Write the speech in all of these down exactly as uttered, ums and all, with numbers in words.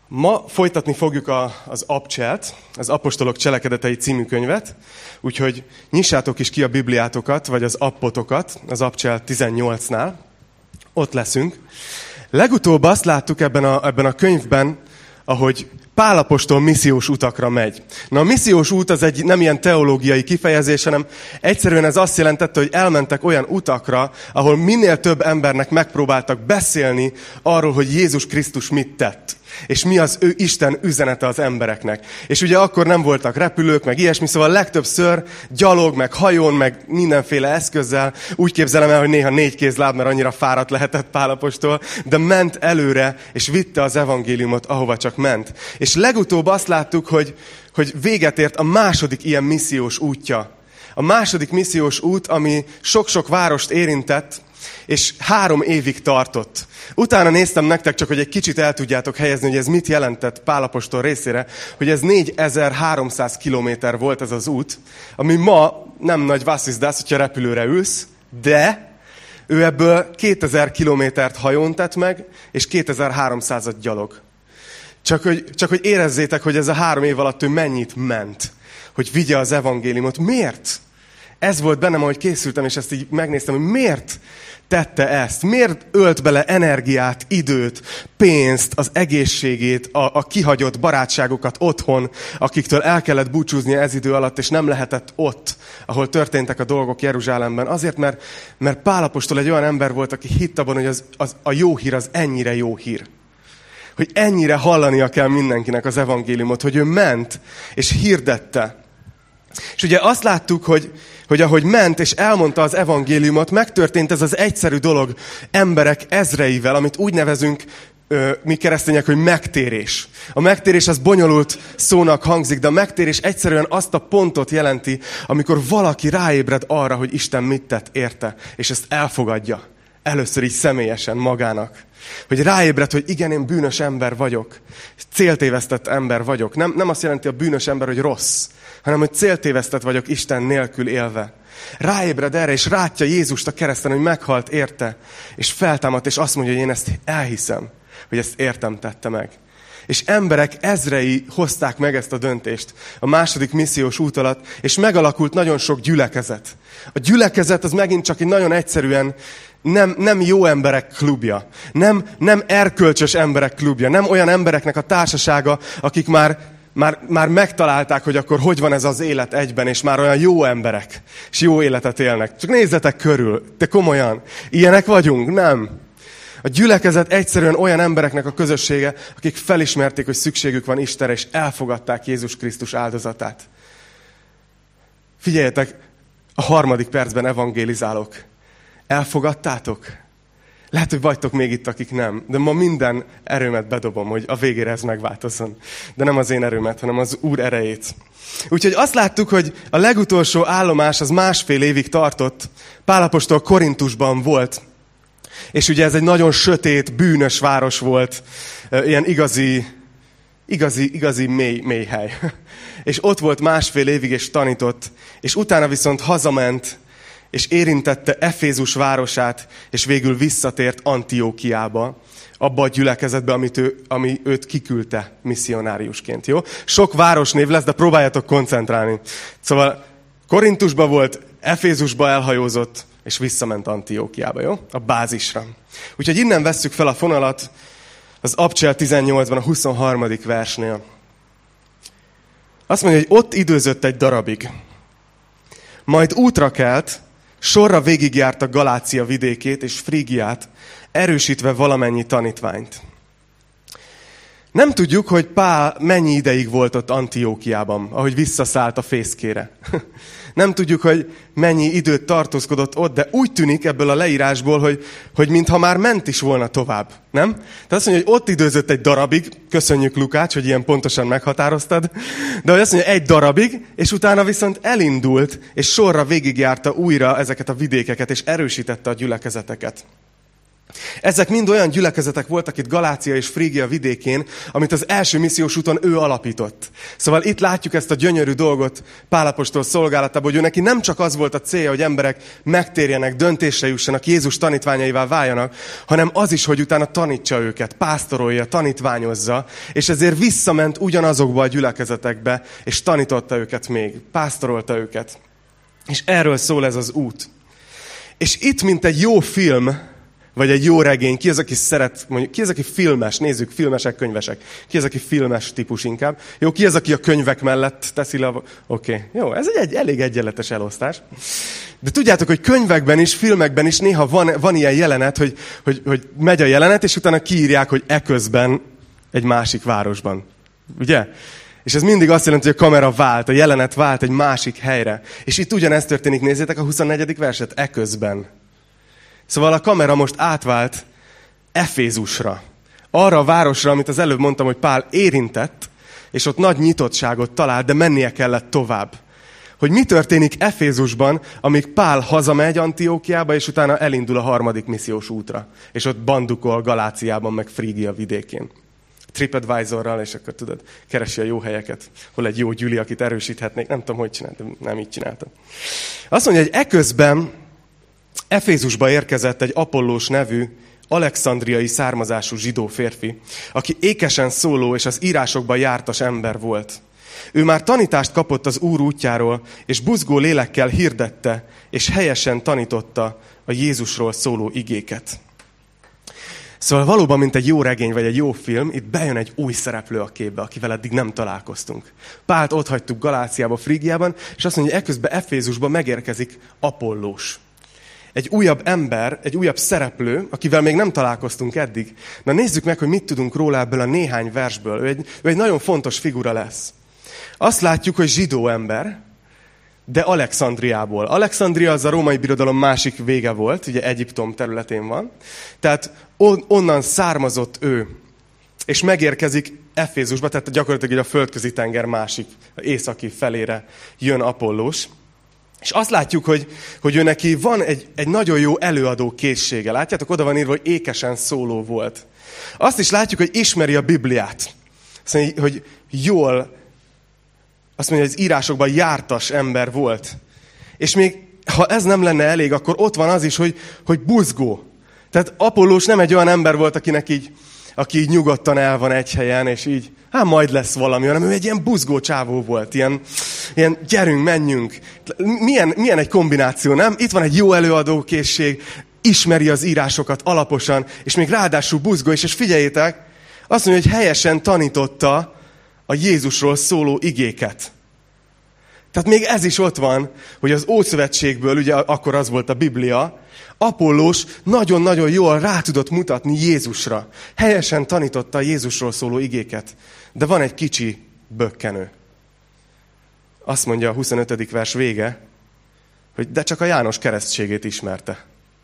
Ma folytatni fogjuk a, az Abcselt, az Apostolok Cselekedetei című könyvet, úgyhogy nyissátok is ki a Bibliátokat, vagy az appotokat, az Abcsel tizennyolcnál. Ott leszünk. Legutóbb azt láttuk ebben a, ebben a könyvben, ahogy Pál apostol missziós utakra megy. Na a missziós út az egy nem ilyen teológiai kifejezés, hanem egyszerűen ez azt jelentette, hogy elmentek olyan utakra, ahol minél több embernek megpróbáltak beszélni arról, hogy Jézus Krisztus mit tett. És mi az ő Isten üzenete az embereknek. És ugye akkor nem voltak repülők, meg ilyesmi, szóval legtöbbször gyalog, meg hajón, meg mindenféle eszközzel. Úgy képzelem el, hogy néha négy kézláb, mert annyira fáradt lehetett Pál apostol, de ment előre, és vitte az evangéliumot, ahova csak ment. És legutóbb azt láttuk, hogy, hogy véget ért a második ilyen missziós útja. A második missziós út, ami sok-sok várost érintett, és három évig tartott. Utána néztem nektek csak, hogy egy kicsit el tudjátok helyezni, hogy ez mit jelentett Pál apostol részére, hogy ez négyezer-háromszáz kilométer volt ez az út, ami ma nem nagy vasszizdász, hogyha repülőre ülsz, de ő ebből kétezer kilométert hajón tett meg, és kétezer-háromszázat gyalog. Csak hogy, csak hogy érezzétek, hogy ez a három év alatt ő mennyit ment, hogy vigye az evangéliumot. Miért? Ez volt bennem, ahogy készültem, és ezt így megnéztem, hogy miért tette ezt? Miért ölt bele energiát, időt, pénzt, az egészségét, a, a kihagyott barátságokat otthon, akiktől el kellett búcsúznia ez idő alatt, és nem lehetett ott, ahol történtek a dolgok Jeruzsálemben? Azért, mert, mert Pál apostol egy olyan ember volt, aki hitt abban, hogy az, az, a jó hír az ennyire jó hír. Hogy ennyire hallania kell mindenkinek az evangéliumot, hogy ő ment, és hirdette. És ugye azt láttuk, hogy, hogy ahogy ment és elmondta az evangéliumot, megtörtént ez az egyszerű dolog emberek ezreivel, amit úgy nevezünk ö, mi keresztények, hogy megtérés. A megtérés az bonyolult szónak hangzik, de a megtérés egyszerűen azt a pontot jelenti, amikor valaki ráébred arra, hogy Isten mit tett érte, és ezt elfogadja. Először így személyesen magának. Hogy ráébred, hogy igen, én bűnös ember vagyok. Céltévesztett ember vagyok. Nem, nem azt jelenti a bűnös ember, hogy rossz, hanem hogy céltévesztett vagyok Isten nélkül élve. Ráébred erre, és rátja Jézust a kereszten, hogy meghalt érte, és feltámadt, és azt mondja, hogy én ezt elhiszem, hogy ezt értem tette meg. És emberek ezrei hozták meg ezt a döntést a második missziós út alatt, és megalakult nagyon sok gyülekezet. A gyülekezet az megint csak egy nagyon egyszerűen nem, nem jó emberek klubja, nem, nem erkölcsös emberek klubja, nem olyan embereknek a társasága, akik már, már, már megtalálták, hogy akkor hogy van ez az élet egyben, és már olyan jó emberek, és jó életet élnek. Csak nézzetek körül, de komolyan, ilyenek vagyunk? Nem. A gyülekezet egyszerűen olyan embereknek a közössége, akik felismerték, hogy szükségük van Istenre, és elfogadták Jézus Krisztus áldozatát. Figyeljetek, a harmadik percben evangélizálok. Elfogadtátok? Lehet, hogy vagytok még itt, akik nem. De ma minden erőmet bedobom, hogy a végére ez megváltozzon. De nem az én erőmet, hanem az Úr erejét. Úgyhogy azt láttuk, hogy a legutolsó állomás az másfél évig tartott. Pál apostol Korintusban volt. És ugye ez egy nagyon sötét, bűnös város volt. Ilyen igazi, igazi, igazi mély, mély hely. És ott volt másfél évig, és tanított. És utána viszont hazament, és érintette Efézus városát, és végül visszatért Antiókiába, abba a gyülekezetbe, amit ő, ami őt kiküldte misszionáriusként, jó? Sok városnév lesz, de próbáljatok koncentrálni. Szóval Korintusba volt, Efézusba elhajózott, és visszament Antiókiába, jó? A bázisra. Úgyhogy innen vesszük fel a fonalat az Abcsel tizennyolcban, a huszonharmadik versnél. Azt mondja, hogy ott időzött egy darabig. Majd útra kelt, sorra végigjárta Galácia vidékét és Frígiát, erősítve valamennyi tanítványt. Nem tudjuk, hogy Pál mennyi ideig volt ott Antiókiában, ahogy visszaszállt a fészkére. Nem tudjuk, hogy mennyi időt tartózkodott ott, de úgy tűnik ebből a leírásból, hogy, hogy mintha már ment is volna tovább. Nem? Tehát azt mondja, hogy ott időzött egy darabig, köszönjük Lukács, hogy ilyen pontosan meghatároztad, de hogy azt mondja, egy darabig, és utána viszont elindult, és sorra végigjárta újra ezeket a vidékeket, és erősítette a gyülekezeteket. Ezek mind olyan gyülekezetek voltak itt Galácia és Frígia vidékén, amit az első missziós úton ő alapított. Szóval itt látjuk ezt a gyönyörű dolgot Pál apostol szolgálatában, hogy ő neki nem csak az volt a célja, hogy emberek megtérjenek, döntésre jussanak, Jézus tanítványaivá váljanak, hanem az is, hogy utána tanítsa őket, pásztorolja, tanítványozza, és ezért visszament ugyanazokba a gyülekezetekbe, és tanította őket még, pásztorolta őket. És erről szól ez az út. És itt, mint egy jó film, vagy egy jó regény, ki az, aki szeret, mondjuk, ki az, aki filmes, nézzük, filmesek, könyvesek. Ki az, aki filmes típus inkább. Jó, ki az, aki a könyvek mellett teszi le a... Oké, okay. Jó, ez egy, egy elég egyenletes elosztás. De tudjátok, hogy könyvekben is, filmekben is néha van, van ilyen jelenet, hogy, hogy, hogy megy a jelenet, és utána kiírják, hogy eközben egy másik városban. Ugye? És ez mindig azt jelenti, hogy a kamera vált, a jelenet vált egy másik helyre. És itt ugyanezt történik, nézzétek a huszonnegyedik verset, eközben. Szóval a kamera most átvált Efézusra. Arra a városra, amit az előbb mondtam, hogy Pál érintett, és ott nagy nyitottságot talált, de mennie kellett tovább. Hogy mi történik Efézusban, amíg Pál hazamegy Antiókiába, és utána elindul a harmadik missziós útra. És ott bandukol Galáciában, meg Frígia vidékén. TripAdvisorral, és akkor tudod, keresi a jó helyeket, hol egy jó gyüli, akit erősíthetnék. Nem tudom, hogy csináltam, nem így csináltam. Azt mondja, hogy eközben Efézusba érkezett egy Apollós nevű, alexandriai származású zsidó férfi, aki ékesen szóló és az írásokban jártas ember volt. Ő már tanítást kapott az Úr útjáról, és buzgó lélekkel hirdette, és helyesen tanította a Jézusról szóló igéket. Szóval valóban, mint egy jó regény vagy egy jó film, itt bejön egy új szereplő a képbe, akivel eddig nem találkoztunk. Pált ott hagytuk Galáciába, Frígiában, és azt mondja, hogy eközben Efézusban megérkezik Apollós. Egy újabb ember, egy újabb szereplő, akivel még nem találkoztunk eddig. Na nézzük meg, hogy mit tudunk róla ebből a néhány versből. Ő egy, ő egy nagyon fontos figura lesz. Azt látjuk, hogy zsidó ember, de Alexandriából. Alexandria az a római birodalom másik vége volt, ugye Egyiptom területén van. Tehát on, onnan származott ő, és megérkezik Efézusba, tehát gyakorlatilag a földközi tenger másik, északi felére jön Apollós. És azt látjuk, hogy, hogy ő neki van egy, egy nagyon jó előadó készsége. Látjátok, oda van írva, hogy ékesen szóló volt. Azt is látjuk, hogy ismeri a Bibliát. Azt mondja, hogy jól, azt mondja, hogy az írásokban jártas ember volt. És még, ha ez nem lenne elég, akkor ott van az is, hogy, hogy buzgó. Tehát Apollós nem egy olyan ember volt, akinek így, aki így nyugodtan el van egy helyen, és így, hát majd lesz valami, hanem ő egy ilyen buzgó csávó volt, ilyen, ilyen gyerünk, menjünk. Milyen, milyen egy kombináció, nem? Itt van egy jó előadókészség, ismeri az írásokat alaposan, és még ráadásul buzgó is, és figyeljétek, azt mondja, hogy helyesen tanította a Jézusról szóló igéket. Tehát még ez is ott van, hogy az Ószövetségből, ugye akkor az volt a Biblia, Apollós nagyon-nagyon jól rá tudott mutatni Jézusra. Helyesen tanította a Jézusról szóló igéket. De van egy kicsi bökkenő. Azt mondja a huszonötödik vers vége, hogy de csak a János keresztségét ismerte.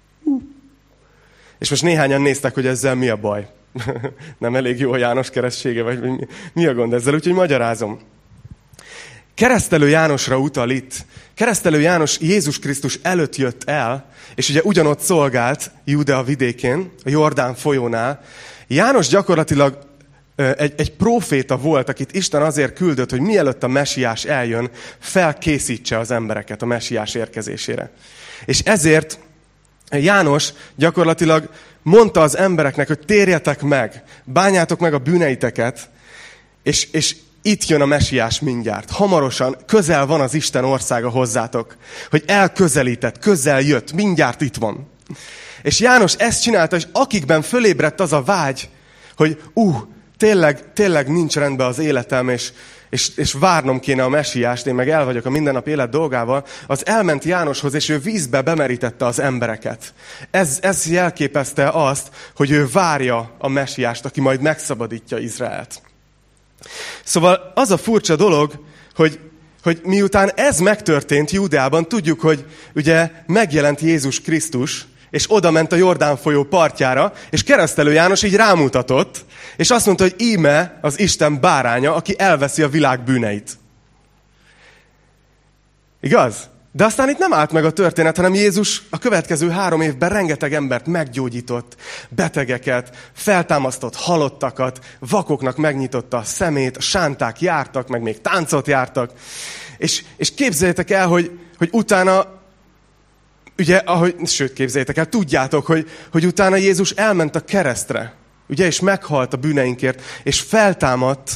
És most néhányan néztek, hogy ezzel mi a baj. Nem elég jó a János keresztsége, vagy mi, mi a gond ezzel, úgyhogy magyarázom. Keresztelő Jánosra utal itt. Keresztelő János Jézus Krisztus előtt jött el, és ugye ugyanott szolgált Júdea vidékén, a Jordán folyónál. János gyakorlatilag egy, egy próféta volt, akit Isten azért küldött, hogy mielőtt a mesiás eljön, felkészítse az embereket a mesiás érkezésére. És ezért János gyakorlatilag mondta az embereknek, hogy térjetek meg, bánjátok meg a bűneiteket, és, és itt jön a mesiás mindjárt. Hamarosan, közel van az Isten országa hozzátok. Hogy elközelített, közel jött, mindjárt itt van. És János ezt csinálta, és akikben fölébredt az a vágy, hogy uh, tényleg, tényleg nincs rendben az életem, és, és, és várnom kéne a mesiást, én meg el vagyok a mindennap élet dolgával, az elment Jánoshoz, és ő vízbe bemerítette az embereket. Ez, ez jelképezte azt, hogy ő várja a mesiást, aki majd megszabadítja Izraelt. Szóval az a furcsa dolog, hogy, hogy miután ez megtörtént Júdeában, tudjuk, hogy ugye megjelent Jézus Krisztus, és oda ment a Jordán folyó partjára, és Keresztelő János így rámutatott, és azt mondta, hogy íme az Isten báránya, aki elveszi a világ bűneit. Igaz? De aztán itt nem állt meg a történet, hanem Jézus a következő három évben rengeteg embert meggyógyított, betegeket, feltámasztott halottakat, vakoknak megnyitotta a szemét, a sánták jártak, meg még táncot jártak. És, és képzeljétek el, hogy, hogy utána, ugye, ahogy, sőt képzeljétek el, tudjátok, hogy, hogy utána Jézus elment a keresztre, ugye, és meghalt a bűneinkért, és feltámadt,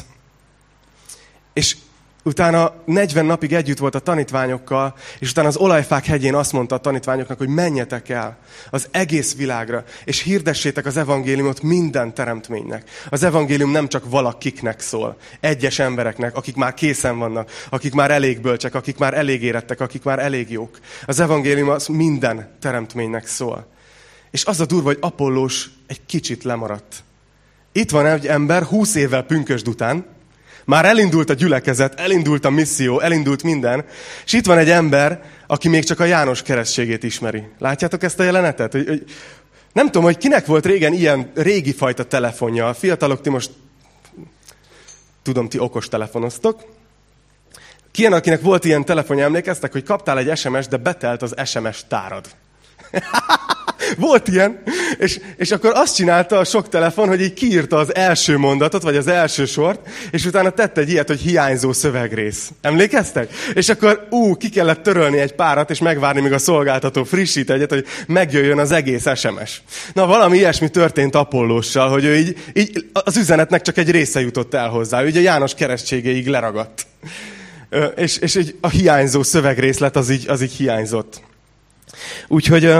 és utána negyven napig együtt volt a tanítványokkal, és utána az Olajfák hegyén azt mondta a tanítványoknak, hogy menjetek el az egész világra, és hirdessétek az evangéliumot minden teremtménynek. Az evangélium nem csak valakiknek szól, egyes embereknek, akik már készen vannak, akik már elég bölcsek, akik már elég érettek, akik már elég jók. Az evangélium az minden teremtménynek szól. És az a durva, hogy Apollós egy kicsit lemaradt. Itt van egy ember húsz évvel pünkösd után, már elindult a gyülekezet, elindult a misszió, elindult minden, és itt van egy ember, aki még csak a János keresztségét ismeri. Látjátok ezt a jelenetet? Hogy, hogy nem tudom, hogy kinek volt régen ilyen régi fajta telefonja. A fiatalok, ti most, tudom, ti okos telefonoztok. Ki ilyen, akinek volt ilyen telefonja, emlékeztek, hogy kaptál egy es em es, de betelt az es em es tárad. Volt ilyen, és, és akkor azt csinálta a sok telefon, hogy így kiírta az első mondatot, vagy az első sort, és utána tette egy ilyet, hogy hiányzó szövegrész. Emlékeztek? És akkor ú, ki kellett törölni egy párat, és megvárni, míg a szolgáltató frissít egyet, hogy megjöjjön az egész es em es. Na, valami ilyesmi történt Apollóssal, hogy ő így, így az üzenetnek csak egy része jutott el hozzá. Ugye János keresztségéig leragadt. És, és így a hiányzó szövegrészlet az így, az így hiányzott. Úgyhogy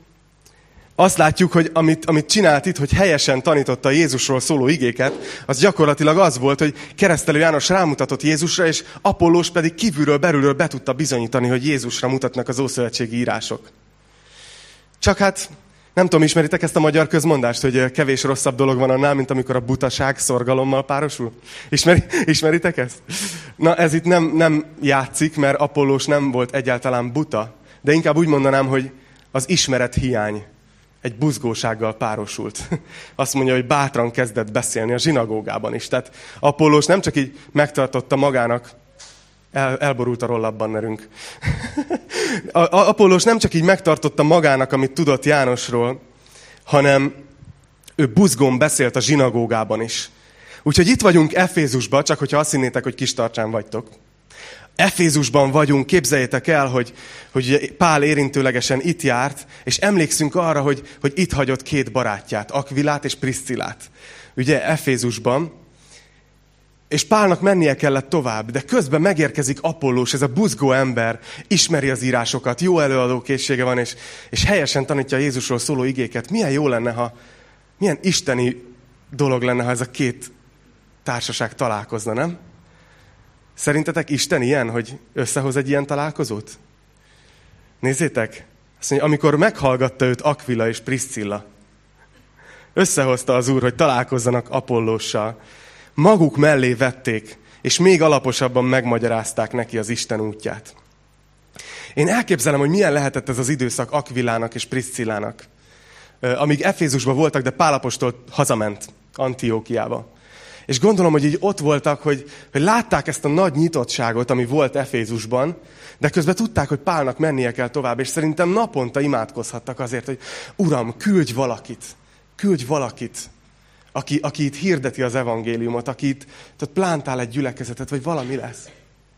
azt látjuk, hogy amit, amit csinált itt, hogy helyesen tanította Jézusról szóló igéket, az gyakorlatilag az volt, hogy Keresztelő János rámutatott Jézusra, és Apollós pedig kívülről, belülről be tudta bizonyítani, hogy Jézusra mutatnak az ószövetségi írások. Csak hát, nem tudom, ismeritek ezt a magyar közmondást, hogy kevés rosszabb dolog van annál, mint amikor a butaság szorgalommal párosul? Ismeri, ismeritek ezt? Na, ez itt nem, nem játszik, mert Apollós nem volt egyáltalán buta, de inkább úgy mondanám, hogy az ismeret hiány egy buzgósággal párosult. Azt mondja, hogy bátran kezdett beszélni a zsinagógában is. Tehát Apollós nem csak így megtartotta magának, el, elborult a rollabbannerünk. Apollós nem csak így megtartotta magának, amit tudott Jánosról, hanem ő buzgón beszélt a zsinagógában is. Úgyhogy itt vagyunk Efézusban, csak hogyha azt hinnétek, hogy kis tartsán vagytok. Efézusban vagyunk, képzeljétek el, hogy, hogy Pál érintőlegesen itt járt, és emlékszünk arra, hogy, hogy itt hagyott két barátját, Akvilát és Priszcillát. Ugye Efézusban. És Pálnak mennie kellett tovább, de közben megérkezik Apollós, ez a buzgó ember, ismeri az írásokat, jó előadókészsége van, és, és helyesen tanítja Jézusról szóló igéket. Milyen jó lenne, ha, milyen isteni dolog lenne, ha ez a két társaság találkozna, nem? Szerintetek Isten ilyen, hogy összehoz egy ilyen találkozót? Nézzétek, azt mondja, amikor meghallgatta őt Akvila és Priszcilla, összehozta az Úr, hogy találkozzanak Apollóssal. Maguk mellé vették, és még alaposabban megmagyarázták neki az Isten útját. Én elképzelem, hogy milyen lehetett ez az időszak Akvilának és Priszcillának. Amíg Efézusban voltak, de Pál apostol hazament Antiókiába. És gondolom, hogy így ott voltak, hogy, hogy látták ezt a nagy nyitottságot, ami volt Efézusban, de közben tudták, hogy Pálnak mennie kell tovább, és szerintem naponta imádkozhattak azért, hogy Uram, küldj valakit, küldj valakit, aki, aki itt hirdeti az evangéliumot, aki itt tehát plántál egy gyülekezetet, vagy valami lesz.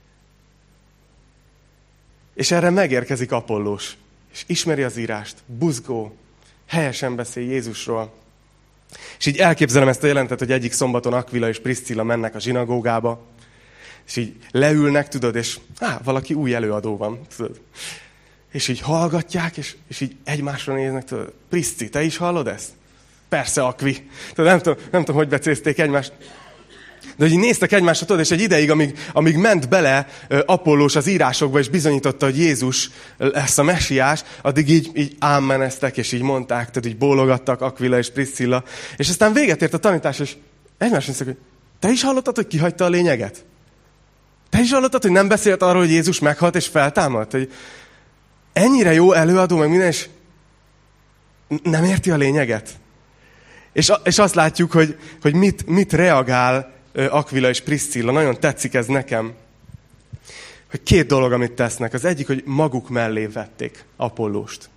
És erre megérkezik Apollós, és ismeri az írást, buzgó, helyesen beszél Jézusról. És így elképzelem ezt a jelentet, hogy egyik szombaton Akvila és Priszcilla mennek a zsinagógába, és így leülnek, tudod, és á, valaki új előadó van, tudod. És így hallgatják, és, és így egymásra néznek, tudod. Priszci, te is hallod ezt? Persze, Akvi. Tudod, nem, tudom, nem tudom, hogy becézték egymást. De hogy így néztek egymásra, tudod, és egy ideig, amíg, amíg ment bele Apollós az írásokba, és bizonyította, hogy Jézus lesz a mesiás, addig így, így ámmeneztek, és így mondták, tudod, így bólogattak Akvila és Priszcilla. És aztán véget ért a tanítás, és egymásra néztek, hogy te is hallottad, hogy kihagyta a lényeget? Te is hallottad, hogy nem beszélt arról, hogy Jézus meghalt és feltámadt? Hogy ennyire jó előadó, meg minden, és nem érti a lényeget? És, és azt látjuk, hogy, hogy mit, mit reagál Akvila és Priszcilla. Nagyon tetszik ez nekem. hogy két dolog, amit tesznek. Az egyik, hogy maguk mellé vették Apollóst.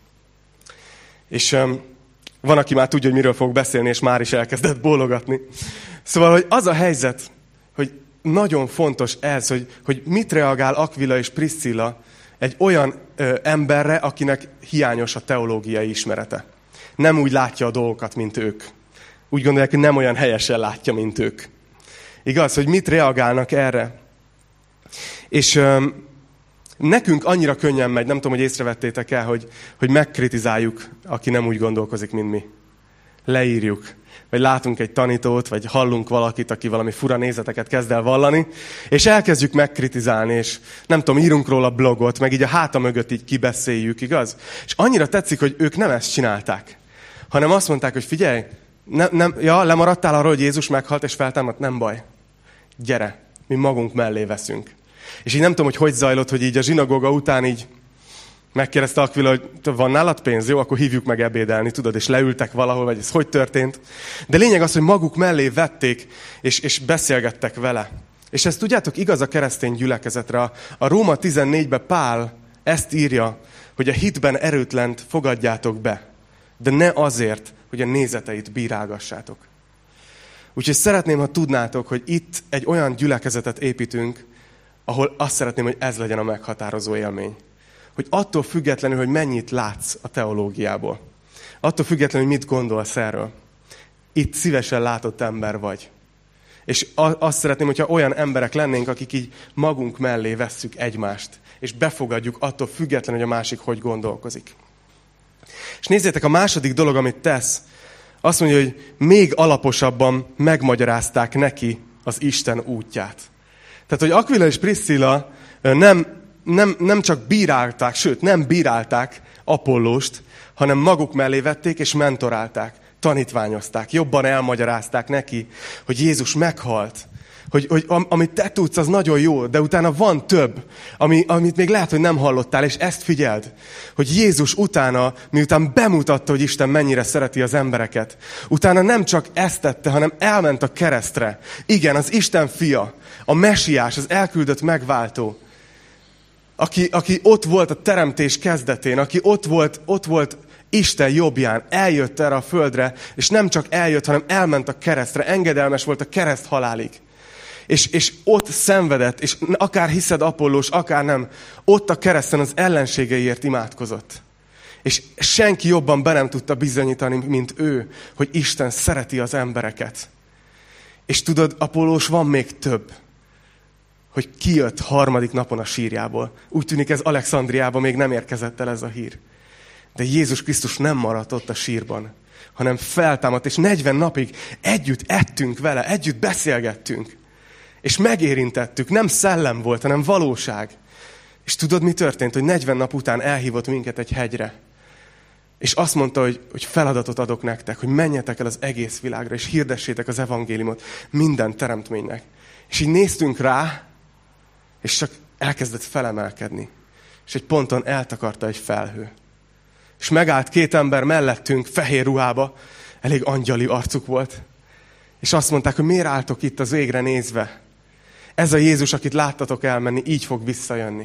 És um, van, aki már tudja, hogy miről fog beszélni, és már is elkezdett bólogatni. Szóval, hogy az a helyzet, hogy nagyon fontos ez, hogy, hogy mit reagál Aquila és Priscilla egy olyan ö, emberre, akinek hiányos a teológiai ismerete. Nem úgy látja a dolgokat, mint ők. Úgy gondolják, hogy nem olyan helyesen látja, mint ők. Igaz, hogy mit reagálnak erre? És ö, nekünk annyira könnyen megy, nem tudom, hogy észrevettétek el, hogy, hogy megkritizáljuk, aki nem úgy gondolkozik, mint mi. Leírjuk. Vagy látunk egy tanítót, vagy hallunk valakit, aki valami fura nézeteket kezd el vallani, és elkezdjük megkritizálni, és nem tudom, írunk róla blogot, meg így a háta mögött így kibeszéljük, igaz? És annyira tetszik, hogy ők nem ezt csinálták, hanem azt mondták, hogy figyelj, ne, nem, ja, lemaradtál arról, hogy Jézus meghalt és feltámadt, nem baj. Gyere, mi magunk mellé veszünk. És így nem tudom, hogy hogy zajlott, hogy így a zsinagóga után így megkérdezte Aquila, hogy van nálad pénz? Jó, akkor hívjuk meg ebédelni, tudod, és leültek valahol, vagy ez hogy történt. De lényeg az, hogy maguk mellé vették, és, és beszélgettek vele. És ezt tudjátok, igaz a keresztény gyülekezetre. A, a Róma tizennégyben Pál ezt írja, hogy a hitben erőtlent fogadjátok be, de ne azért, hogy a nézeteit bírálgassátok. Úgyhogy szeretném, ha tudnátok, hogy itt egy olyan gyülekezetet építünk, ahol azt szeretném, hogy ez legyen a meghatározó élmény. Hogy attól függetlenül, hogy mennyit látsz a teológiából. Attól függetlenül, hogy mit gondolsz erről. Itt szívesen látott ember vagy. És azt szeretném, hogyha olyan emberek lennénk, akik így magunk mellé vesszük egymást. És befogadjuk attól függetlenül, hogy a másik hogy gondolkozik. És nézzétek, a második dolog, amit tesz, azt mondja, hogy még alaposabban megmagyarázták neki az Isten útját. Tehát, hogy Aquila és Priscilla nem... Nem, nem csak bírálták, sőt, nem bírálták Apollóst, hanem maguk mellé vették és mentorálták, tanítványozták, jobban elmagyarázták neki, hogy Jézus meghalt, hogy, hogy amit te tudsz, az nagyon jó, de utána van több, ami, amit még lehet, hogy nem hallottál, és ezt figyeld, hogy Jézus utána, miután bemutatta, hogy Isten mennyire szereti az embereket, utána nem csak ezt tette, hanem elment a keresztre. Igen, az Isten fia, a mesiás, az elküldött megváltó, Aki, aki ott volt a teremtés kezdetén, aki ott volt, ott volt Isten jobbján, eljött erre a földre, és nem csak eljött, hanem elment a keresztre, engedelmes volt a kereszt halálig. És, és ott szenvedett, és akár hiszed Apollós, akár nem, ott a kereszten az ellenségeiért imádkozott. És senki jobban be nem tudta bizonyítani, mint ő, hogy Isten szereti az embereket. És tudod, Apollós, van még több. Hogy kijött harmadik napon a sírjából. Úgy tűnik, ez Alexandriában még nem érkezett el ez a hír. De Jézus Krisztus nem maradt ott a sírban, hanem feltámadt, és negyven napig együtt ettünk vele, együtt beszélgettünk. És megérintettük, nem szellem volt, hanem valóság. És tudod, mi történt? Hogy negyven nap után elhívott minket egy hegyre. És azt mondta, hogy, hogy feladatot adok nektek, hogy menjetek el az egész világra, és hirdessétek az evangéliumot minden teremtménynek. És így néztünk rá, és csak elkezdett felemelkedni. És egy ponton eltakarta egy felhő. És megállt két ember mellettünk, fehér ruhába, elég angyali arcuk volt. És azt mondták, hogy miért álltok itt az égre nézve? Ez a Jézus, akit láttatok elmenni, így fog visszajönni.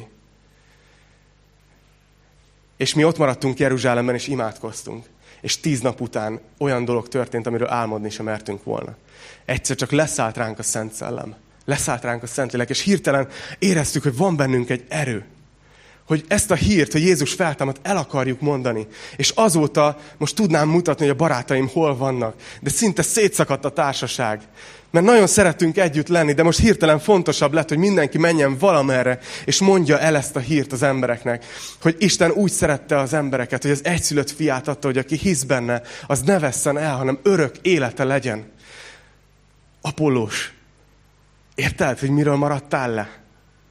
És mi ott maradtunk Jeruzsálemben, és imádkoztunk. És tíz nap után olyan dolog történt, amiről álmodni sem mertünk volna. Egyszer csak leszállt ránk a Szent Szellem. Leszállt ránk a Szentlélek, és hirtelen éreztük, hogy van bennünk egy erő. Hogy ezt a hírt, hogy Jézus feltámadt, el akarjuk mondani. És azóta most tudnám mutatni, hogy a barátaim hol vannak. De szinte szétszakadt a társaság. Mert nagyon szeretünk együtt lenni, de most hirtelen fontosabb lett, hogy mindenki menjen valamerre, és mondja el ezt a hírt az embereknek. Hogy Isten úgy szerette az embereket, hogy az egyszülött fiát adta, hogy aki hisz benne, az ne vesszen el, hanem örök élete legyen. Apollós, érted, hogy miről maradtál le?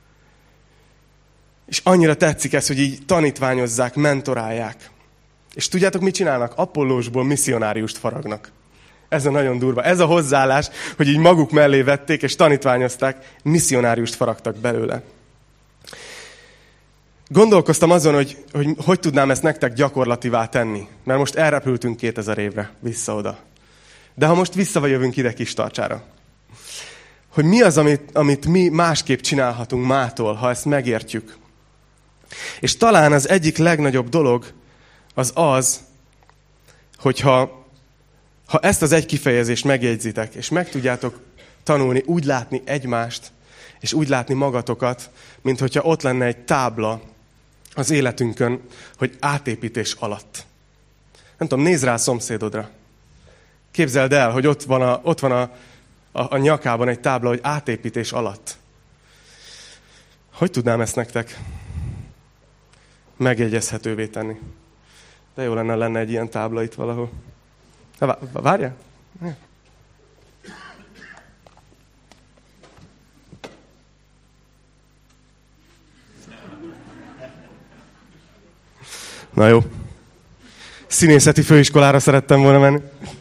És annyira tetszik ez, hogy így tanítványozzák, mentorálják. És tudjátok, mit csinálnak? Apollósból misszionáriust faragnak. Ez a nagyon durva. Ez a hozzáállás, hogy így maguk mellé vették, és tanítványozták, misszionáriust faragtak belőle. Gondolkoztam azon, hogy, hogy hogy tudnám ezt nektek gyakorlativá tenni. Mert most elrepültünk kétezer évre vissza oda. De ha most visszajövünk ide Kistarcsára, hogy mi az, amit, amit mi másképp csinálhatunk mától, ha ezt megértjük. És talán az egyik legnagyobb dolog az az, hogyha ha ezt az egy kifejezést megjegyzitek, és meg tudjátok tanulni úgy látni egymást, és úgy látni magatokat, mint hogyha ott lenne egy tábla az életünkön, hogy átépítés alatt. Nem tudom, nézz rá a szomszédodra. Képzeld el, hogy ott van a, ott van a, a, a nyakában egy tábla, hogy átépítés alatt. Hogy tudnám ezt nektek megjegyezhetővé tenni? De jó lenne, lenne egy ilyen tábla itt valahol. Várjál? Na jó. Színészeti főiskolára szerettem volna menni.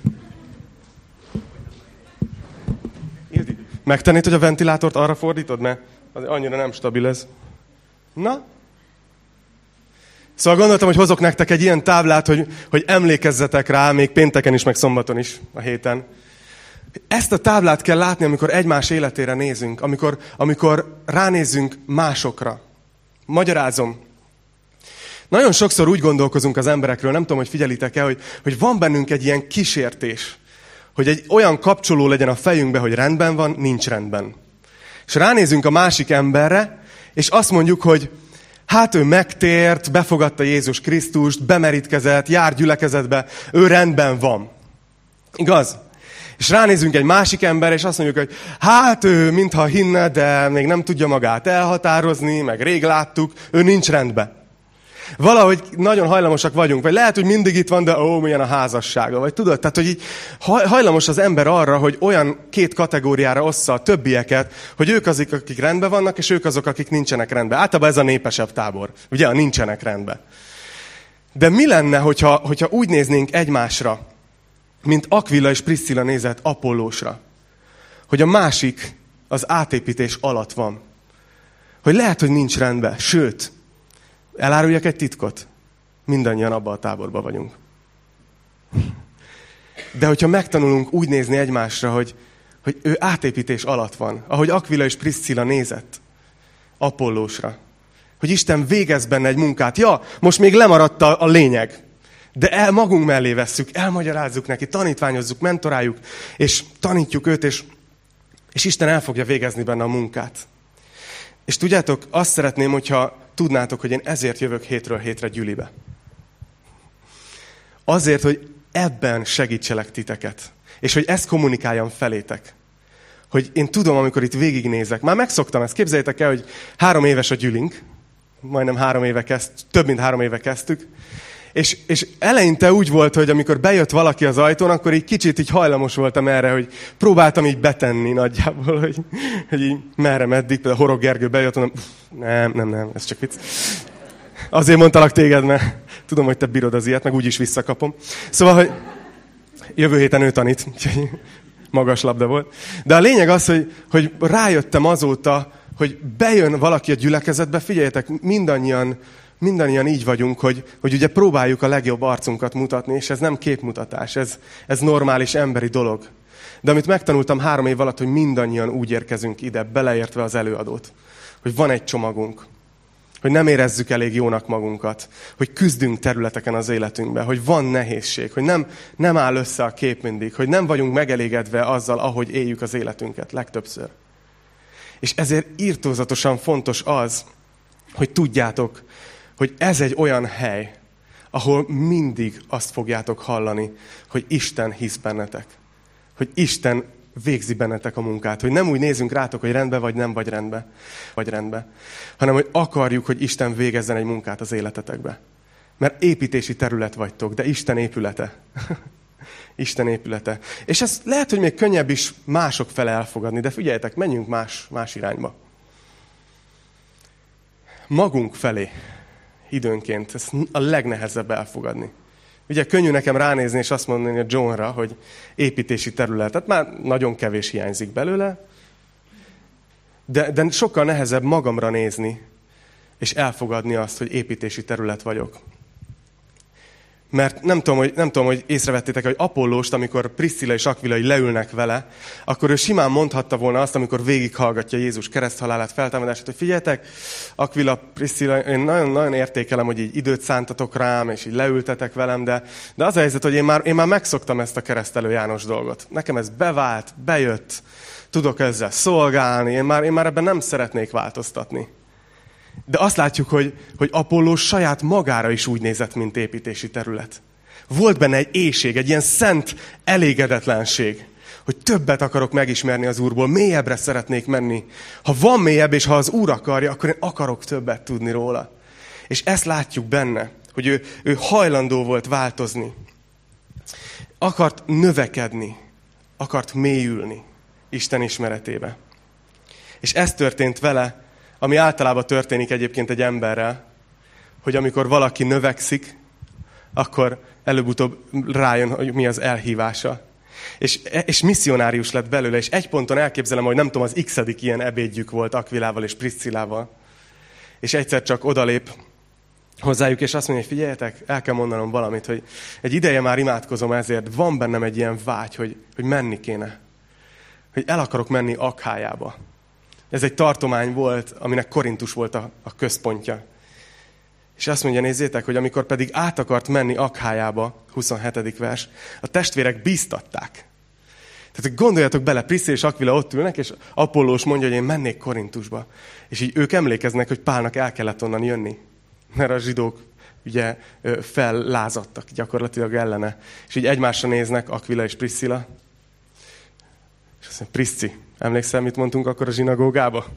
Megtennéd, hogy a ventilátort arra fordítod? Mert annyira nem stabil ez. Na? Szóval gondoltam, hogy hozok nektek egy ilyen táblát, hogy, hogy emlékezzetek rá, még pénteken is, meg szombaton is a héten. Ezt a táblát kell látni, amikor egymás életére nézünk, amikor, amikor ránézzünk másokra. Magyarázom. Nagyon sokszor úgy gondolkozunk az emberekről, nem tudom, hogy figyelitek-e, hogy, hogy van bennünk egy ilyen kísértés, hogy egy olyan kapcsoló legyen a fejünkbe, hogy rendben van, nincs rendben. És ránézünk a másik emberre, és azt mondjuk, hogy hát ő megtért, befogadta Jézus Krisztust, bemerítkezett, jár gyülekezetbe, ő rendben van. Igaz? És ránézünk egy másik emberre, és azt mondjuk, hogy hát ő mintha hinne, de még nem tudja magát elhatározni, meg rég láttuk, ő nincs rendben. Valahogy nagyon hajlamosak vagyunk, vagy lehet, hogy mindig itt van, de ó, milyen a házassága, vagy tudod? Tehát, hogy így hajlamos az ember arra, hogy olyan két kategóriára ossza a többieket, hogy ők azok, akik rendben vannak, és ők azok, akik nincsenek rendben. Általában ez a népesebb tábor, ugye, a nincsenek rendben. De mi lenne, hogyha, hogyha úgy néznénk egymásra, mint Aquila és Priscilla nézett Apollósra, hogy a másik az átépítés alatt van. Hogy lehet, hogy nincs rendben, sőt, eláruljak egy titkot? Mindannyian abban a táborban vagyunk. De hogyha megtanulunk úgy nézni egymásra, hogy, hogy ő átépítés alatt van, ahogy Aquila és Priscilla nézett Apollósra, hogy Isten végez benne egy munkát. Ja, most még lemaradt a, a lényeg, de el magunk mellé vesszük, elmagyarázzuk neki, tanítványozzuk, mentoráljuk, és tanítjuk őt, és, és Isten el fogja végezni benne a munkát. És tudjátok, azt szeretném, hogyha tudnátok, hogy én ezért jövök hétről hétre gyülibe. Azért, hogy ebben segítselek titeket. És hogy ezt kommunikáljam felétek. Hogy én tudom, amikor itt végignézek. Már megszoktam ezt. Képzeljétek el, hogy három éves a gyülink. Majdnem három éve kezd, több mint három éve kezdtük. És, és eleinte úgy volt, hogy amikor bejött valaki az ajtón, akkor így kicsit így hajlamos voltam erre, hogy próbáltam így betenni nagyjából, hogy, hogy így merre meddig. Például Horog Gergő bejött, mondom, nem, nem, nem, ez csak vicc. Azért mondtalak téged, mert tudom, hogy te bírod az ilyet, meg úgyis visszakapom. Szóval, hogy jövő héten ő tanít, úgyhogy magas labda volt. De a lényeg az, hogy, hogy rájöttem azóta, hogy bejön valaki a gyülekezetbe, figyeljetek, mindannyian, mindannyian így vagyunk, hogy, hogy ugye próbáljuk a legjobb arcunkat mutatni, és ez nem képmutatás, ez, ez normális emberi dolog. De amit megtanultam három év alatt, hogy mindannyian úgy érkezünk ide, beleértve az előadót, hogy van egy csomagunk, hogy nem érezzük elég jónak magunkat, hogy küzdünk területeken az életünkben, hogy van nehézség, hogy nem, nem áll össze a kép mindig, hogy nem vagyunk megelégedve azzal, ahogy éljük az életünket legtöbbször. És ezért irtózatosan fontos az, hogy tudjátok, hogy ez egy olyan hely, ahol mindig azt fogjátok hallani, hogy Isten hisz bennetek. Hogy Isten végzi bennetek a munkát. Hogy nem úgy nézünk rátok, hogy rendben vagy nem vagy rendben, vagy rendben, hanem hogy akarjuk, hogy Isten végezzen egy munkát az életetekbe. Mert építési terület vagytok, de Isten épülete. Isten épülete. És ez lehet, hogy még könnyebb is mások fele elfogadni, de figyeljetek, menjünk más, más irányba. Magunk felé időnként, ez a legnehezebb elfogadni. Ugye könnyű nekem ránézni és azt mondani a Johnra, hogy építési területet, már nagyon kevés hiányzik belőle, de, de sokkal nehezebb magamra nézni, és elfogadni azt, hogy építési terület vagyok. Mert nem tudom, hogy, nem tudom, hogy észrevettétek, hogy Apollóst, amikor Priszcilla és Aquila leülnek vele, akkor ő simán mondhatta volna azt, amikor végighallgatja Jézus kereszthalálát, feltámadását, hogy figyeljetek, Aquila, Priszcilla, én nagyon-nagyon értékelem, hogy így időt szántatok rám, és így leültetek velem, de, de az a helyzet, hogy én már, én már megszoktam ezt a keresztelő János dolgot. Nekem ez bevált, bejött, tudok ezzel szolgálni, én már, én már ebben nem szeretnék változtatni. De azt látjuk, hogy, hogy Apollós saját magára is úgy nézett, mint építési terület. Volt benne egy éhség, egy ilyen szent elégedetlenség, hogy többet akarok megismerni az Úrból, mélyebbre szeretnék menni. Ha van mélyebb, és ha az Úr akarja, akkor én akarok többet tudni róla. És ezt látjuk benne, hogy ő, ő hajlandó volt változni. Akart növekedni, akart mélyülni Isten ismeretébe. És ez történt vele, ami általában történik egyébként egy emberrel, hogy amikor valaki növekszik, akkor előbb-utóbb rájön, hogy mi az elhívása. És, és misszionárius lett belőle, és egy ponton elképzelem, hogy nem tudom, az x-edik ilyen ebédjük volt Aquilával és Priszcillával. És egyszer csak odalép hozzájuk, és azt mondja, hogy figyeljetek, el kell mondanom valamit, hogy egy ideje már imádkozom ezért, van bennem egy ilyen vágy, hogy, hogy menni kéne. Hogy el akarok menni Akhájába. Ez egy tartomány volt, aminek Korintus volt a, a központja. És azt mondja, nézzétek, hogy amikor pedig át akart menni Akhájába, huszonhetedik vers, a testvérek bíztatták. Tehát gondoljatok bele, Priszcilla és Aquila ott ülnek, és Apollós mondja, hogy én mennék Korintusba. És így ők emlékeznek, hogy Pálnak el kellett onnan jönni. Mert a zsidók ugye fellázadtak gyakorlatilag ellene. És így egymásra néznek, Aquila és Priszcilla. És azt mondja, Priszci, emlékszel, mit mondtunk akkor a zsinagógába?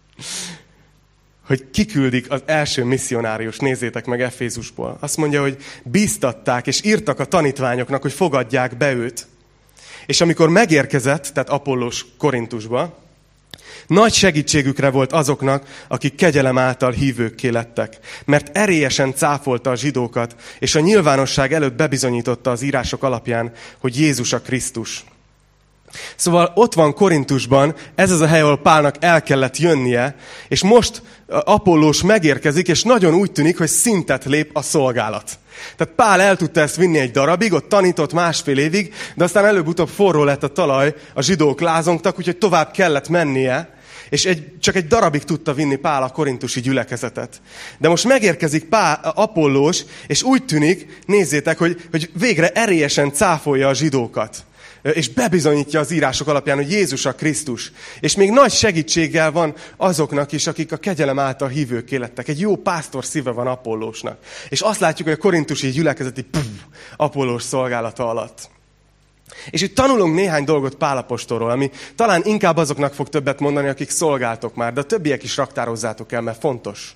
Hogy kiküldik az első misszionárius, nézzétek meg Efézusból. Azt mondja, hogy bíztatták és írtak a tanítványoknak, hogy fogadják be őt. És amikor megérkezett, tehát Apollós Korintusba, nagy segítségükre volt azoknak, akik kegyelem által hívőkké lettek, mert erélyesen cáfolta a zsidókat, és a nyilvánosság előtt bebizonyította az írások alapján, hogy Jézus a Krisztus. Szóval ott van Korintusban, ez az a hely, ahol Pálnak el kellett jönnie, és most Apollós megérkezik, és nagyon úgy tűnik, hogy szintet lép a szolgálat. Tehát Pál el tudta ezt vinni egy darabig, ott tanított másfél évig, de aztán előbb-utóbb forró lett a talaj, a zsidók lázongtak, úgyhogy tovább kellett mennie, és egy, csak egy darabig tudta vinni Pál a korintusi gyülekezetet. De most megérkezik Pál, Apollós, és úgy tűnik, nézzétek, hogy, hogy végre erélyesen cáfolja a zsidókat. És bebizonyítja az írások alapján, hogy Jézus a Krisztus. És még nagy segítséggel van azoknak is, akik a kegyelem által hívőkké lettek. Egy jó pásztor szíve van Apollósnak. És azt látjuk, hogy a korintusi gyülekezeti pff, Apollós szolgálata alatt. És itt tanulunk néhány dolgot Pál apostolról, ami talán inkább azoknak fog többet mondani, akik szolgáltok már, de a többiek is raktározzátok el, mert fontos.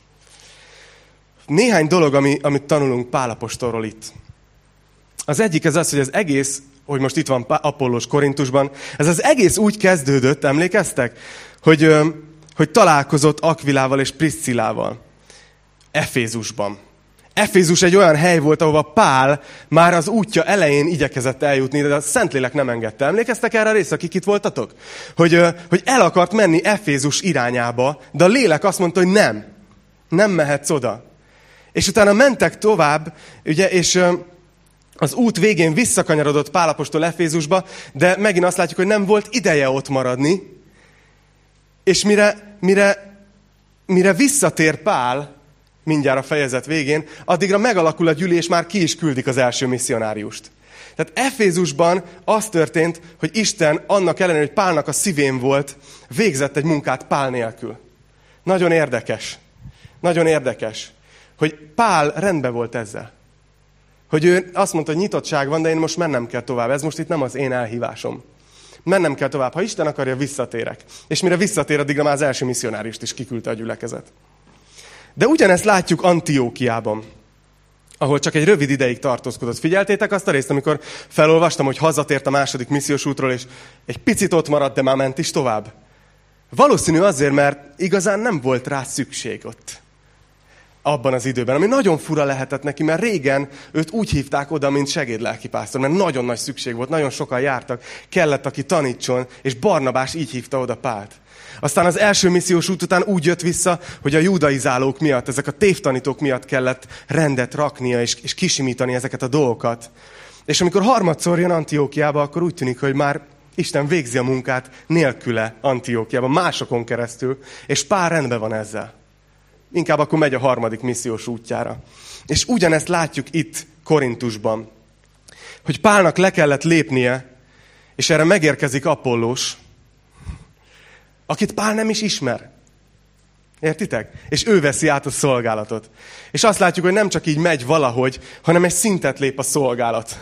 Néhány dolog, ami, amit tanulunk Pál apostolról itt. Az egyik ez az, hogy az egész, hogy most itt van Apollós Korintusban, ez az egész úgy kezdődött, emlékeztek, hogy, hogy találkozott Aquilával és Priszcillával Efézusban. Efézus egy olyan hely volt, ahova Pál már az útja elején igyekezett eljutni, de a Szentlélek nem engedte. Emlékeztek erre a részre, akik itt voltatok? Hogy, hogy el akart menni Efézus irányába, de a lélek azt mondta, hogy nem. Nem mehetsz oda. És utána mentek tovább, ugye, és az út végén visszakanyarodott Pál apostol Efézusba, de megint azt látjuk, hogy nem volt ideje ott maradni. És mire, mire, mire visszatér Pál, mindjárt a fejezet végén, addigra megalakul a gyüli, és már ki is küldik az első misszionáriust. Tehát Efézusban az történt, hogy Isten annak ellenére, hogy Pálnak a szívén volt, végzett egy munkát Pál nélkül. Nagyon érdekes. Nagyon érdekes, hogy Pál rendben volt ezzel. Hogy ő azt mondta, hogy nyitottság van, de én most mennem kell tovább. Ez most itt nem az én elhívásom. Mennem kell tovább. Ha Isten akarja, visszatérek. És mire visszatér, addigra már az első misszionárist is kiküldte a gyülekezet. De ugyanezt látjuk Antiókiában, ahol csak egy rövid ideig tartózkodott. Figyeltétek azt a részt, amikor felolvastam, hogy hazatért a második missziós útról, és egy picit ott maradt, de már ment is tovább? Valószínű azért, mert igazán nem volt rá szükség ott. abban az időben, ami nagyon fura lehetett neki, mert régen őt úgy hívták oda, mint segédlelkipásztor, mert nagyon nagy szükség volt, nagyon sokan jártak, kellett, aki tanítson, és Barnabás így hívta oda Pált. Aztán az első missziós út után úgy jött vissza, hogy a judaizálók miatt, ezek a tévtanítók miatt kellett rendet raknia, és, és kisimítani ezeket a dolgokat. És amikor harmadszor jön Antiókiába, akkor úgy tűnik, hogy már Isten végzi a munkát nélküle Antiókiában, másokon keresztül, és Pál rendben van ezzel. Inkább akkor megy a harmadik missziós útjára. És ugyanezt látjuk itt Korintusban, hogy Pálnak le kellett lépnie, és erre megérkezik Apollós, akit Pál nem is ismer. Értitek? És ő veszi át a szolgálatot. És azt látjuk, hogy nem csak így megy valahogy, hanem egy szintet lép a szolgálat.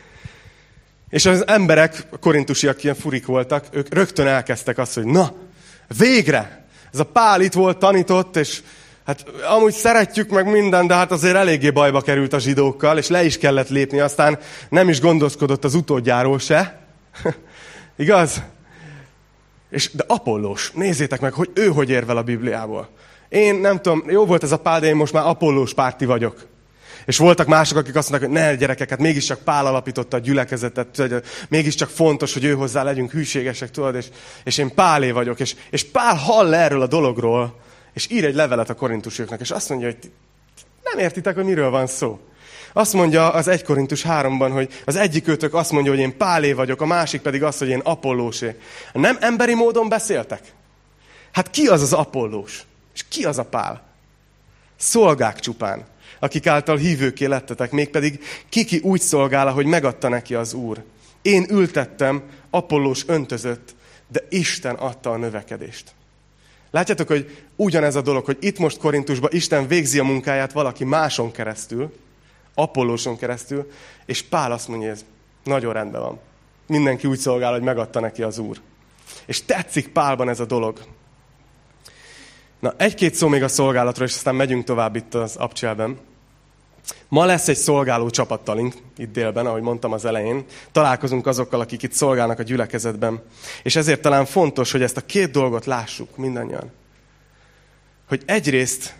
És az emberek, a korintusiak ilyen furik voltak, ők rögtön elkezdtek azt, hogy na, végre! Ez a Pál itt volt, tanított, és hát amúgy szeretjük meg minden, de hát azért eléggé bajba került a zsidókkal, és le is kellett lépni, aztán nem is gondoskodott az utódjáról se. Igaz? És, de Apollós, nézzétek meg, hogy ő hogy érvel a Bibliából. Én nem tudom, jó volt ez a Pál, de én most már Apollós párti vagyok. És voltak mások, akik azt mondták, hogy ne gyerekeket, mégiscsak Pál alapította a gyülekezetet, mégiscsak fontos, hogy ő hozzá legyünk hűségesek, tudod, és, és én Pálé vagyok. És, és Pál hall erről a dologról, és ír egy levelet a korintusiaknak, és azt mondja, hogy nem értitek, hogy miről van szó. Azt mondja az egy Korintus háromban, hogy az egyik őtök azt mondja, hogy én Pálé vagyok, a másik pedig azt, hogy én Apollósé. Nem emberi módon beszéltek? Hát ki az az Apollós? És ki az a Pál? Szolgák csupán, akik által hívőké lettetek, mégpedig kiki úgy szolgál, hogy megadta neki az Úr. Én ültettem, Apollós öntözött, de Isten adta a növekedést. Látjátok, hogy ugyanez a dolog, hogy itt most Korintusban Isten végzi a munkáját valaki máson keresztül, Apollóson keresztül, és Pál azt mondja, hogy ez nagyon rendben van. Mindenki úgy szolgál, hogy megadta neki az Úr. És tetszik Pálban ez a dolog. Na, egy-két szó még a szolgálatról, és aztán megyünk tovább itt az Abcselben. Ma lesz egy szolgáló csapattalink itt délben, ahogy mondtam az elején. Találkozunk azokkal, akik itt szolgálnak a gyülekezetben. És ezért talán fontos, hogy ezt a két dolgot lássuk mindannyian. Hogy egyrészt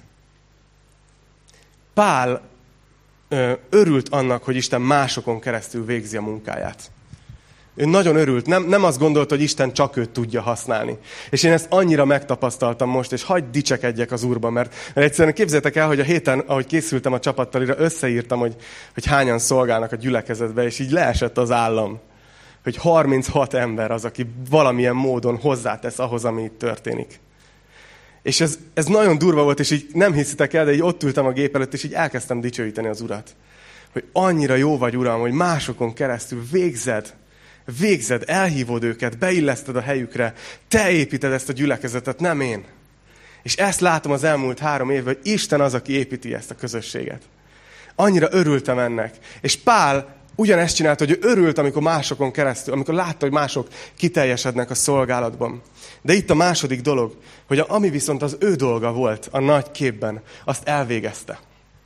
Pál ö, örült annak, hogy Isten másokon keresztül végzi a munkáját. Ő nagyon örült. Nem, nem azt gondolta, hogy Isten csak őt tudja használni. És én ezt annyira megtapasztaltam most, és hadd dicsekedjek az Úrban, mert, mert egyszerűen képzeljétek el, hogy a héten, ahogy készültem a csapattalira, összeírtam, hogy, hogy hányan szolgálnak a gyülekezetbe, és így leesett az állam, hogy harminchat ember az, aki valamilyen módon hozzátesz ahhoz, ami itt történik. És ez, ez nagyon durva volt, és így nem hiszitek el, de így ott ültem a gép előtt, és így elkezdtem dicsőíteni az Urat. Hogy annyira jó vagy, Uram, hogy másokon keresztül végzed, Végzed, elhívod őket, beilleszted a helyükre, te építed ezt a gyülekezetet, nem én. És ezt látom az elmúlt három évben, hogy Isten az, aki építi ezt a közösséget. Annyira örültem ennek. És Pál ugyanezt csinálta, hogy ő örült, amikor másokon keresztül, amikor látta, hogy mások kiteljesednek a szolgálatban. De itt a második dolog, hogy ami viszont az ő dolga volt a nagy képben, azt elvégezte.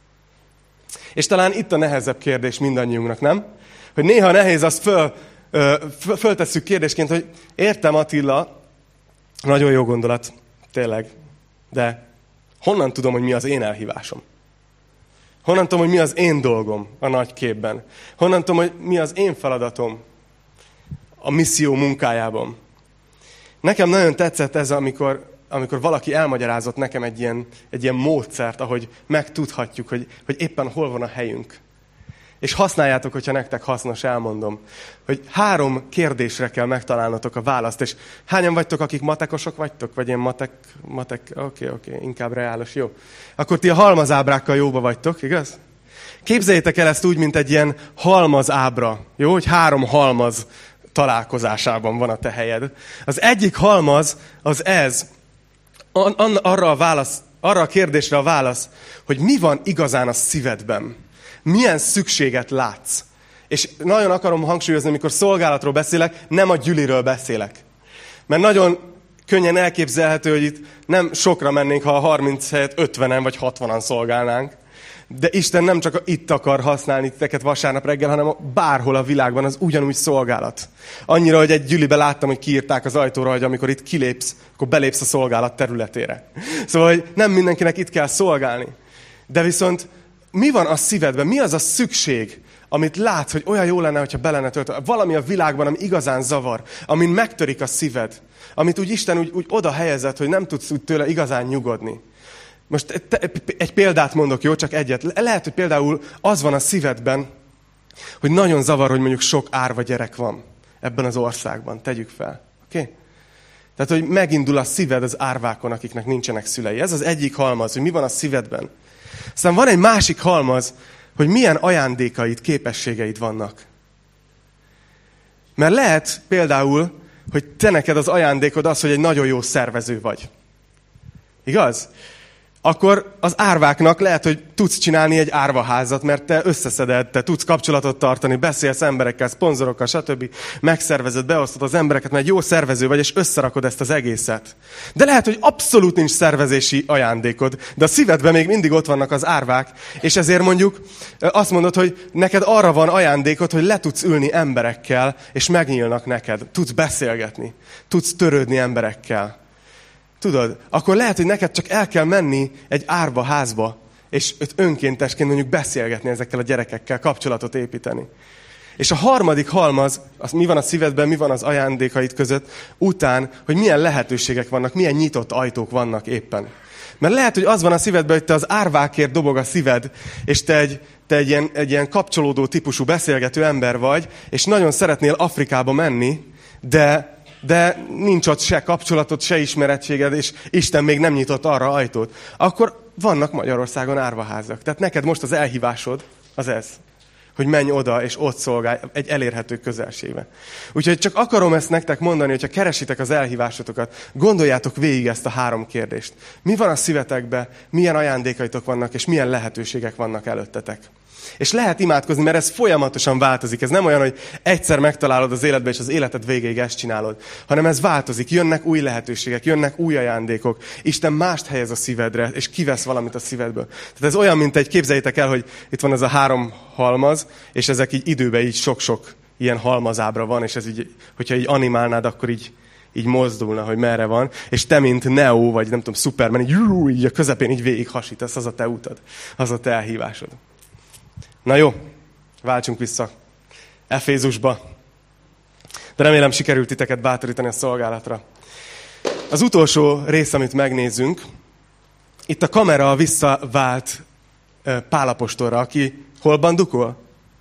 És talán itt a nehezebb kérdés mindannyiunknak, nem? Hogy néha nehéz azt föl Föltesszük kérdésként, hogy értem, Attila, nagyon jó gondolat, tényleg, de honnan tudom, hogy mi az én elhívásom? Honnan tudom, hogy mi az én dolgom a nagy képben? Honnan tudom, hogy mi az én feladatom a misszió munkájában? Nekem nagyon tetszett ez, amikor, amikor valaki elmagyarázott nekem egy ilyen, egy ilyen módszert, ahogy megtudhatjuk, hogy, hogy éppen hol van a helyünk. És használjátok, hogyha nektek hasznos, elmondom, hogy három kérdésre kell megtalálnotok a választ. És hányan vagytok, akik matekosok vagytok? Vagy ilyen matek, matek, oké, okay, oké, okay, inkább reálos, jó. Akkor ti a halmazábrákkal jóba vagytok, igaz? Képzeljétek el ezt úgy, mint egy ilyen halmazábra, jó? Hogy három halmaz találkozásában van a te helyed. Az egyik halmaz az ez, arra a, válasz, arra a kérdésre a válasz, hogy mi van igazán a szívedben. Milyen szükséget látsz? És nagyon akarom hangsúlyozni, amikor szolgálatról beszélek, nem a gyüliről beszélek. Mert nagyon könnyen elképzelhető, hogy itt nem sokra mennénk, ha a harminc helyett ötvenen vagy hatvanan szolgálnánk. De Isten nem csak itt akar használni titeket vasárnap reggel, hanem bárhol a világban az ugyanúgy szolgálat. Annyira, hogy egy gyülibe láttam, hogy kiírták az ajtóra, hogy amikor itt kilépsz, akkor belépsz a szolgálat területére. Szóval, hogy nem mindenkinek itt kell szolgálni. De viszont mi van a szívedben? Mi az a szükség, amit látsz, hogy olyan jó lenne, hogyha be lenne töltve? Valami a világban, ami igazán zavar, amin megtörik a szíved, amit úgy Isten úgy, úgy oda helyezett, hogy nem tudsz úgy tőle igazán nyugodni. Most egy példát mondok, jó? Csak egyet. Lehet, hogy például az van a szívedben, hogy nagyon zavar, hogy mondjuk sok árva gyerek van ebben az országban. Tegyük fel. Oké? Okay? Tehát, hogy megindul a szíved az árvákon, akiknek nincsenek szülei. Ez az egyik halmaz, hogy mi van a szívedben. Aztán van egy másik halmaz, hogy milyen ajándékaid, képességeid vannak. Mert lehet például, hogy te neked az ajándékod az, hogy egy nagyon jó szervező vagy. Igaz? Akkor az árváknak lehet, hogy tudsz csinálni egy árvaházat, mert te összeszeded, te tudsz kapcsolatot tartani, beszélsz emberekkel, szponzorokkal, stb. Megszervezed, beosztod az embereket, mert egy jó szervező vagy, és összerakod ezt az egészet. De lehet, hogy abszolút nincs szervezési ajándékod, de a szívedben még mindig ott vannak az árvák, és ezért mondjuk azt mondod, hogy neked arra van ajándékod, hogy le tudsz ülni emberekkel, és megnyílnak neked. Tudsz beszélgetni, tudsz törődni emberekkel. Tudod, akkor lehet, hogy neked csak el kell menni egy árva házba, és önkéntesként mondjuk beszélgetni ezekkel a gyerekekkel, kapcsolatot építeni. És a harmadik halmaz, az mi van a szívedben, mi van az ajándékaid között, után, hogy milyen lehetőségek vannak, milyen nyitott ajtók vannak éppen. Mert lehet, hogy az van a szívedben, hogy te az árvákért dobog a szíved, és te egy, te egy, ilyen, egy ilyen kapcsolódó típusú beszélgető ember vagy, és nagyon szeretnél Afrikába menni, de... de nincs ott se kapcsolatod, se ismerettséged, és Isten még nem nyitott arra ajtót, akkor vannak Magyarországon árvaházak. Tehát neked most az elhívásod az ez, hogy menj oda, és ott szolgálj egy elérhető közelségbe. Úgyhogy csak akarom ezt nektek mondani, hogyha keresitek az elhívásotokat, gondoljátok végig ezt a három kérdést. Mi van a szívetekben, milyen ajándékaitok vannak, és milyen lehetőségek vannak előttetek. És lehet imádkozni, mert ez folyamatosan változik. Ez nem olyan, hogy egyszer megtalálod az életbe, és az életed végéig ezt csinálod. Hanem ez változik. Jönnek új lehetőségek, jönnek új ajándékok. Isten mást helyez a szívedre, és kivesz valamit a szívedből. Tehát ez olyan, mint egy, képzeljétek el, hogy itt van ez a három halmaz, és ezek így időben így sok-sok ilyen halmazábra van, és ez így, hogyha így animálnád, akkor így, így mozdulna, hogy merre van. És te, mint Neo, vagy nem tudom, Superman, így, így a közepén így végig hasítasz, az a te utad, az a te elhívásod. Na jó, váltsunk vissza Efézusba. De remélem sikerült titeket bátorítani a szolgálatra. Az utolsó rész, amit megnézzünk, itt a kamera visszavált Pál apostolra, aki hol bandukol?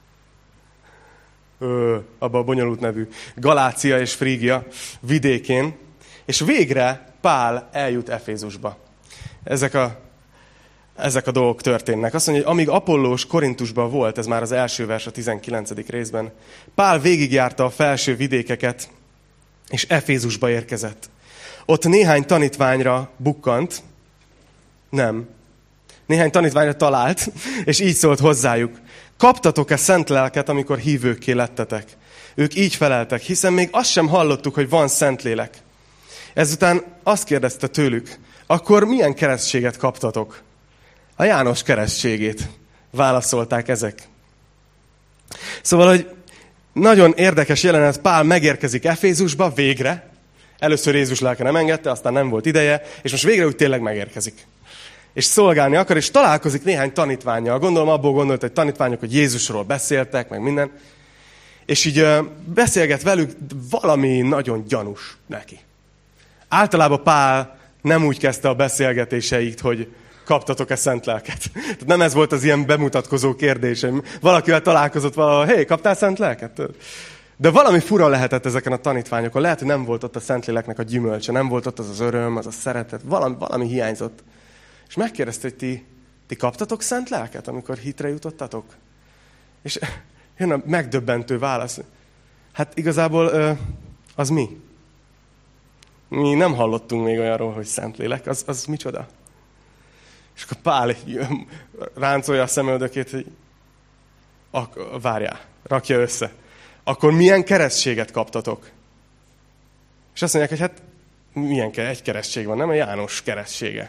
Ö, abba a bonyolult nevű Galácia és Frígia vidékén. És végre Pál eljut Efézusba. Ezek a Ezek a dolgok történnek. Azt mondja, hogy amíg Apollós Korintusban volt, ez már az első vers a tizenkilencedik részben, Pál végigjárta a felső vidékeket, és Efézusba érkezett. Ott néhány tanítványra bukkant, nem, néhány tanítványra talált, és így szólt hozzájuk. Kaptatok-e szent lelket, amikor hívőkké lettetek? Ők így feleltek, hiszen még azt sem hallottuk, hogy van Szentlélek. Ezután azt kérdezte tőlük, akkor milyen keresztséget kaptatok? A János keresztségét válaszolták ezek. Szóval, hogy nagyon érdekes jelenet, Pál megérkezik Efézusba végre. Először Jézus lelke nem engedte, aztán nem volt ideje, és most végre úgy tényleg megérkezik. És szolgálni akar, és találkozik néhány tanítvánnyal. Gondolom abból gondolt, hogy tanítványok, hogy Jézusról beszéltek, meg minden. És így beszélget velük, valami nagyon gyanús neki. Általában Pál nem úgy kezdte a beszélgetéseit, hogy kaptatok-e szent lelket? Tehát nem ez volt az ilyen bemutatkozó kérdésem. Valakivel találkozott valahol, hé, kaptál szent lelket? De valami fura lehetett ezeken a tanítványokon. Lehet, hogy nem volt ott a Szentléleknek a gyümölcse, nem volt ott az az öröm, az a szeretet, valami, valami hiányzott. És megkérdezte, hogy ti, ti kaptatok szent lelket, amikor hitre jutottatok? És jön a megdöbbentő válasz. Hát igazából az mi? Mi nem hallottunk még olyanról, hogy Szentlélek. Az, az micsoda? És akkor Pál ráncolja a szemöldökét, hogy várjál, rakja össze. Akkor milyen keresztséget kaptatok? És azt mondják, hogy hát milyen egy keresztség van, nem a János keresztsége.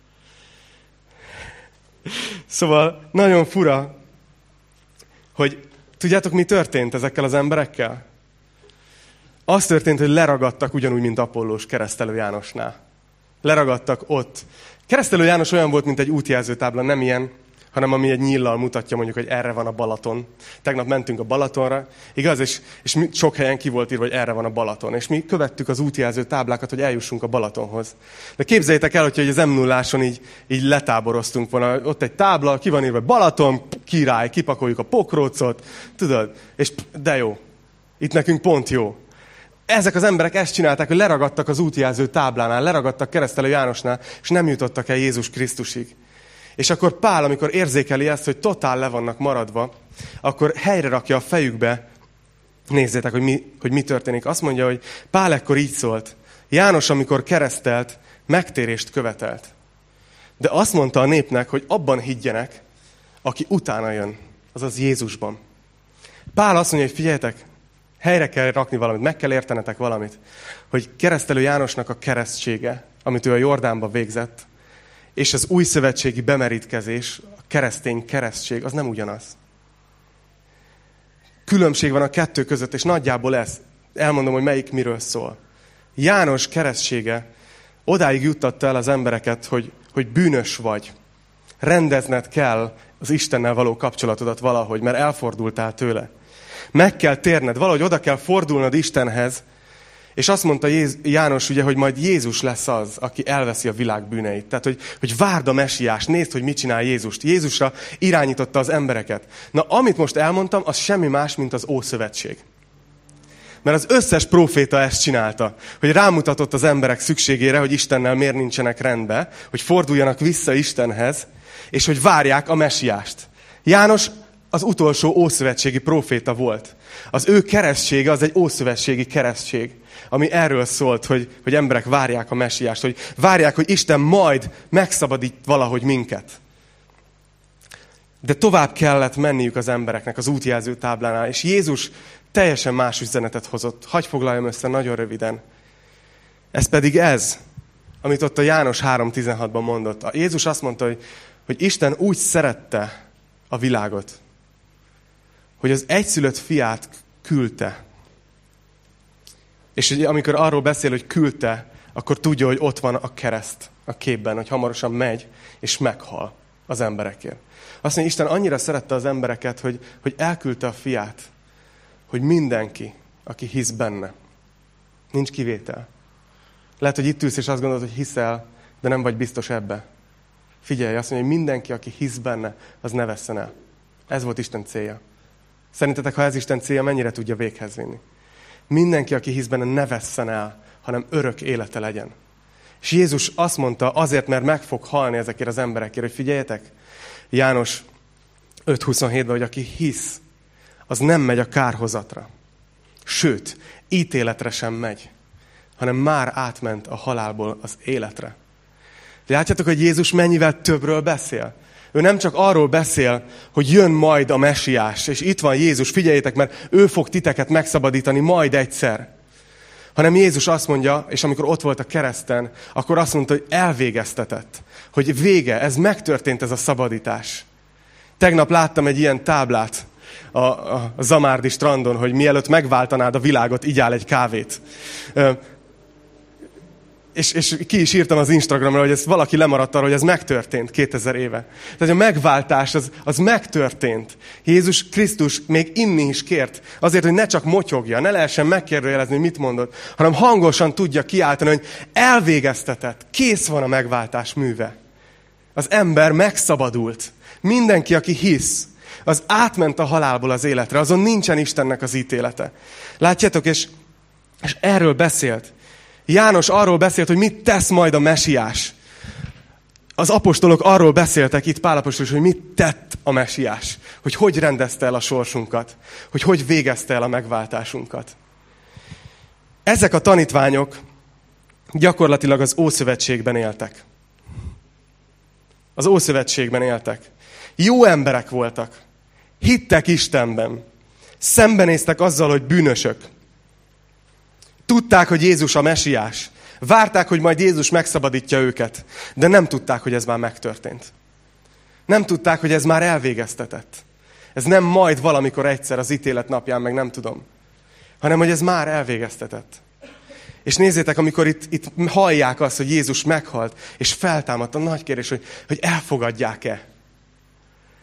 Szóval nagyon fura, hogy tudjátok, mi történt ezekkel az emberekkel? Az történt, hogy leragadtak ugyanúgy, mint Apollós Keresztelő Jánosnál. Leragadtak ott. Keresztelő János olyan volt, mint egy útjelzőtábla, nem ilyen, hanem ami egy nyíllal mutatja mondjuk, hogy erre van a Balaton. Tegnap mentünk a Balatonra, igaz? És, és sok helyen ki volt írva, hogy erre van a Balaton. És mi követtük az útjelző táblákat, hogy eljussunk a Balatonhoz. De képzeljétek el, hogyha az em nulláson így, így letáboroztunk volna. Ott egy tábla, ki van írva, Balaton, király, kipakoljuk a pokrócot, tudod? És de jó. Itt nekünk pont jó. Ezek az emberek ezt csinálták, hogy leragadtak az útjelző táblánál, leragadtak Keresztelő Jánosnál, és nem jutottak el Jézus Krisztusig. És akkor Pál, amikor érzékeli ezt, hogy totál le vannak maradva, akkor helyre rakja a fejükbe, nézzétek, hogy mi, hogy mi történik. Azt mondja, hogy Pál ekkor így szólt, János, amikor keresztelt, megtérést követelt. De azt mondta a népnek, hogy abban higgyenek, aki utána jön, azaz Jézusban. Pál azt mondja, hogy figyeljetek, helyre kell rakni valamit, meg kell értenetek valamit, hogy Keresztelő Jánosnak a keresztsége, amit ő a Jordánba végzett, és az új szövetségi bemerítkezés, a keresztény keresztség, az nem ugyanaz. Különbség van a kettő között, és nagyjából ez. Elmondom, hogy melyik miről szól. János keresztsége odáig juttatta el az embereket, hogy, hogy bűnös vagy. Rendezned kell az Istennel való kapcsolatodat valahogy, mert elfordultál tőle. Meg kell térned, valahogy oda kell fordulnod Istenhez, és azt mondta Jéz, János, ugye, hogy majd Jézus lesz az, aki elveszi a világ bűneit. Tehát, hogy, hogy várd a mesiást, nézd, hogy mit csinál Jézust. Jézusra irányította az embereket. Na, amit most elmondtam, az semmi más, mint az Ószövetség. Mert az összes próféta ezt csinálta, hogy rámutatott az emberek szükségére, hogy Istennel miért nincsenek rendben, hogy forduljanak vissza Istenhez, és hogy várják a mesiást. János az utolsó ószövetségi próféta volt. Az ő keresztsége az egy ószövetségi keresztség, ami erről szólt, hogy, hogy emberek várják a mesiást, hogy várják, hogy Isten majd megszabadít valahogy minket. De tovább kellett menniük az embereknek az útjelző táblánál, és Jézus teljesen más üzenetet hozott. Hagy foglaljam össze nagyon röviden. Ez pedig ez, amit ott a János három tizenhatban mondott. A Jézus azt mondta, hogy, hogy Isten úgy szerette a világot, hogy az egyszülött fiát küldte. És amikor arról beszél, hogy küldte, akkor tudja, hogy ott van a kereszt a képben, hogy hamarosan megy, és meghal az emberekért. Azt mondja, Isten annyira szerette az embereket, hogy, hogy elküldte a fiát, hogy mindenki, aki hisz benne, nincs kivétel. Lehet, hogy itt ülsz, és azt gondolod, hogy hiszel, de nem vagy biztos ebbe. Figyelj, azt mondja, hogy mindenki, aki hisz benne, az ne vesszen el. Ez volt Isten célja. Szerintetek, ha ez Isten célja, mennyire tudja véghez vinni? Mindenki, aki hisz benne, ne vesszen el, hanem örök élete legyen. És Jézus azt mondta, azért, mert meg fog halni ezekért az emberekért, hogy figyeljetek, János öt huszonhétben, hogy aki hisz, az nem megy a kárhozatra. Sőt, ítéletre sem megy, hanem már átment a halálból az életre. Látjátok, hogy Jézus mennyivel többről beszél? Ő nem csak arról beszél, hogy jön majd a mesiás, és itt van Jézus, figyeljétek, mert ő fog titeket megszabadítani majd egyszer. Hanem Jézus azt mondja, és amikor ott volt a kereszten, akkor azt mondta, hogy elvégeztetett, hogy vége, ez megtörtént, ez a szabadítás. Tegnap láttam egy ilyen táblát a, a Zamárdi strandon, hogy mielőtt megváltanád a világot, igyál egy kávét. És, és ki is írtam az Instagramra, hogy ez valaki lemaradt arra, hogy ez megtörtént kétezer éve. Tehát a megváltás az, az megtörtént. Jézus Krisztus még inni is kért, azért, hogy ne csak motyogja, ne lehessen megkérdőjelezni, hogy mit mondott, hanem hangosan tudja kiáltani, hogy elvégeztetett, kész van a megváltás műve. Az ember megszabadult. Mindenki, aki hisz, az átment a halálból az életre, azon nincsen Istennek az ítélete. Látjátok, és, és erről beszélt. János arról beszélt, hogy mit tesz majd a mesiás. Az apostolok arról beszéltek itt, Pál apostol is, hogy mit tett a mesiás. Hogy hogy rendezte el a sorsunkat. Hogy hogy végezte el a megváltásunkat. Ezek a tanítványok gyakorlatilag az Ószövetségben éltek. Az Ószövetségben éltek. Jó emberek voltak. Hittek Istenben. Szembenéztek azzal, hogy bűnösök. Tudták, hogy Jézus a mesiás. Várták, hogy majd Jézus megszabadítja őket. De nem tudták, hogy ez már megtörtént. Nem tudták, hogy ez már elvégeztetett. Ez nem majd valamikor egyszer az ítélet napján, meg nem tudom. Hanem, hogy ez már elvégeztetett. És nézzétek, amikor itt, itt hallják azt, hogy Jézus meghalt, és feltámadt, a nagy kérdés, hogy, hogy elfogadják-e.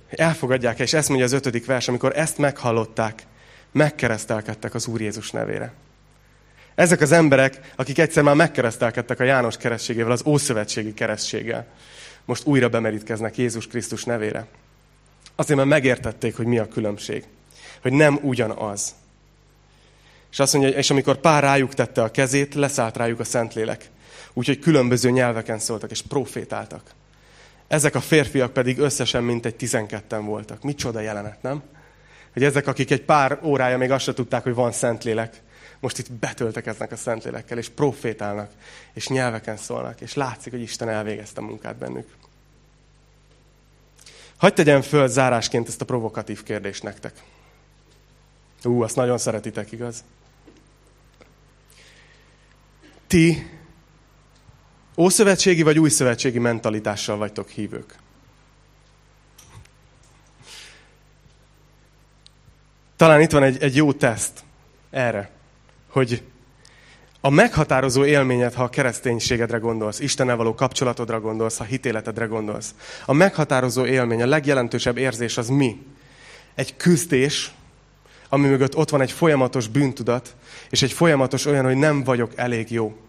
Elfogadják, és ezt mondja az ötödik vers, amikor ezt meghallották, megkeresztelkedtek az Úr Jézus nevére. Ezek az emberek, akik egyszer már megkeresztelkedtek a János keresztségével, az ószövetségi keresztséggel, most újra bemerítkeznek Jézus Krisztus nevére. Azért, mert megértették, hogy mi a különbség. Hogy nem ugyanaz. És azt mondja, és amikor Pál rájuk tette a kezét, leszállt rájuk a Szentlélek. Úgyhogy különböző nyelveken szóltak, és profétáltak. Ezek a férfiak pedig összesen mintegy tizenketten voltak. Micsoda jelenet, nem? Hogy ezek, akik egy pár órája még azt se tudták, hogy van Szentlélek, most itt betöltekeznek a Szentlélekkel, és profétálnak, és nyelveken szólnak, és látszik, hogy Isten elvégezte a munkát bennük. Hadd tegyem föl zárásként ezt a provokatív kérdést nektek. Ú, azt nagyon szeretitek, igaz? Ti ószövetségi vagy újszövetségi mentalitással vagytok hívők. Talán itt van egy, egy jó teszt erre, hogy a meghatározó élményed, ha a kereszténységedre gondolsz, Istennel való kapcsolatodra gondolsz, ha hitéletedre gondolsz. A meghatározó élmény, a legjelentősebb érzés az mi? Egy küzdés, ami mögött ott van egy folyamatos bűntudat, és egy folyamatos olyan, hogy nem vagyok elég jó.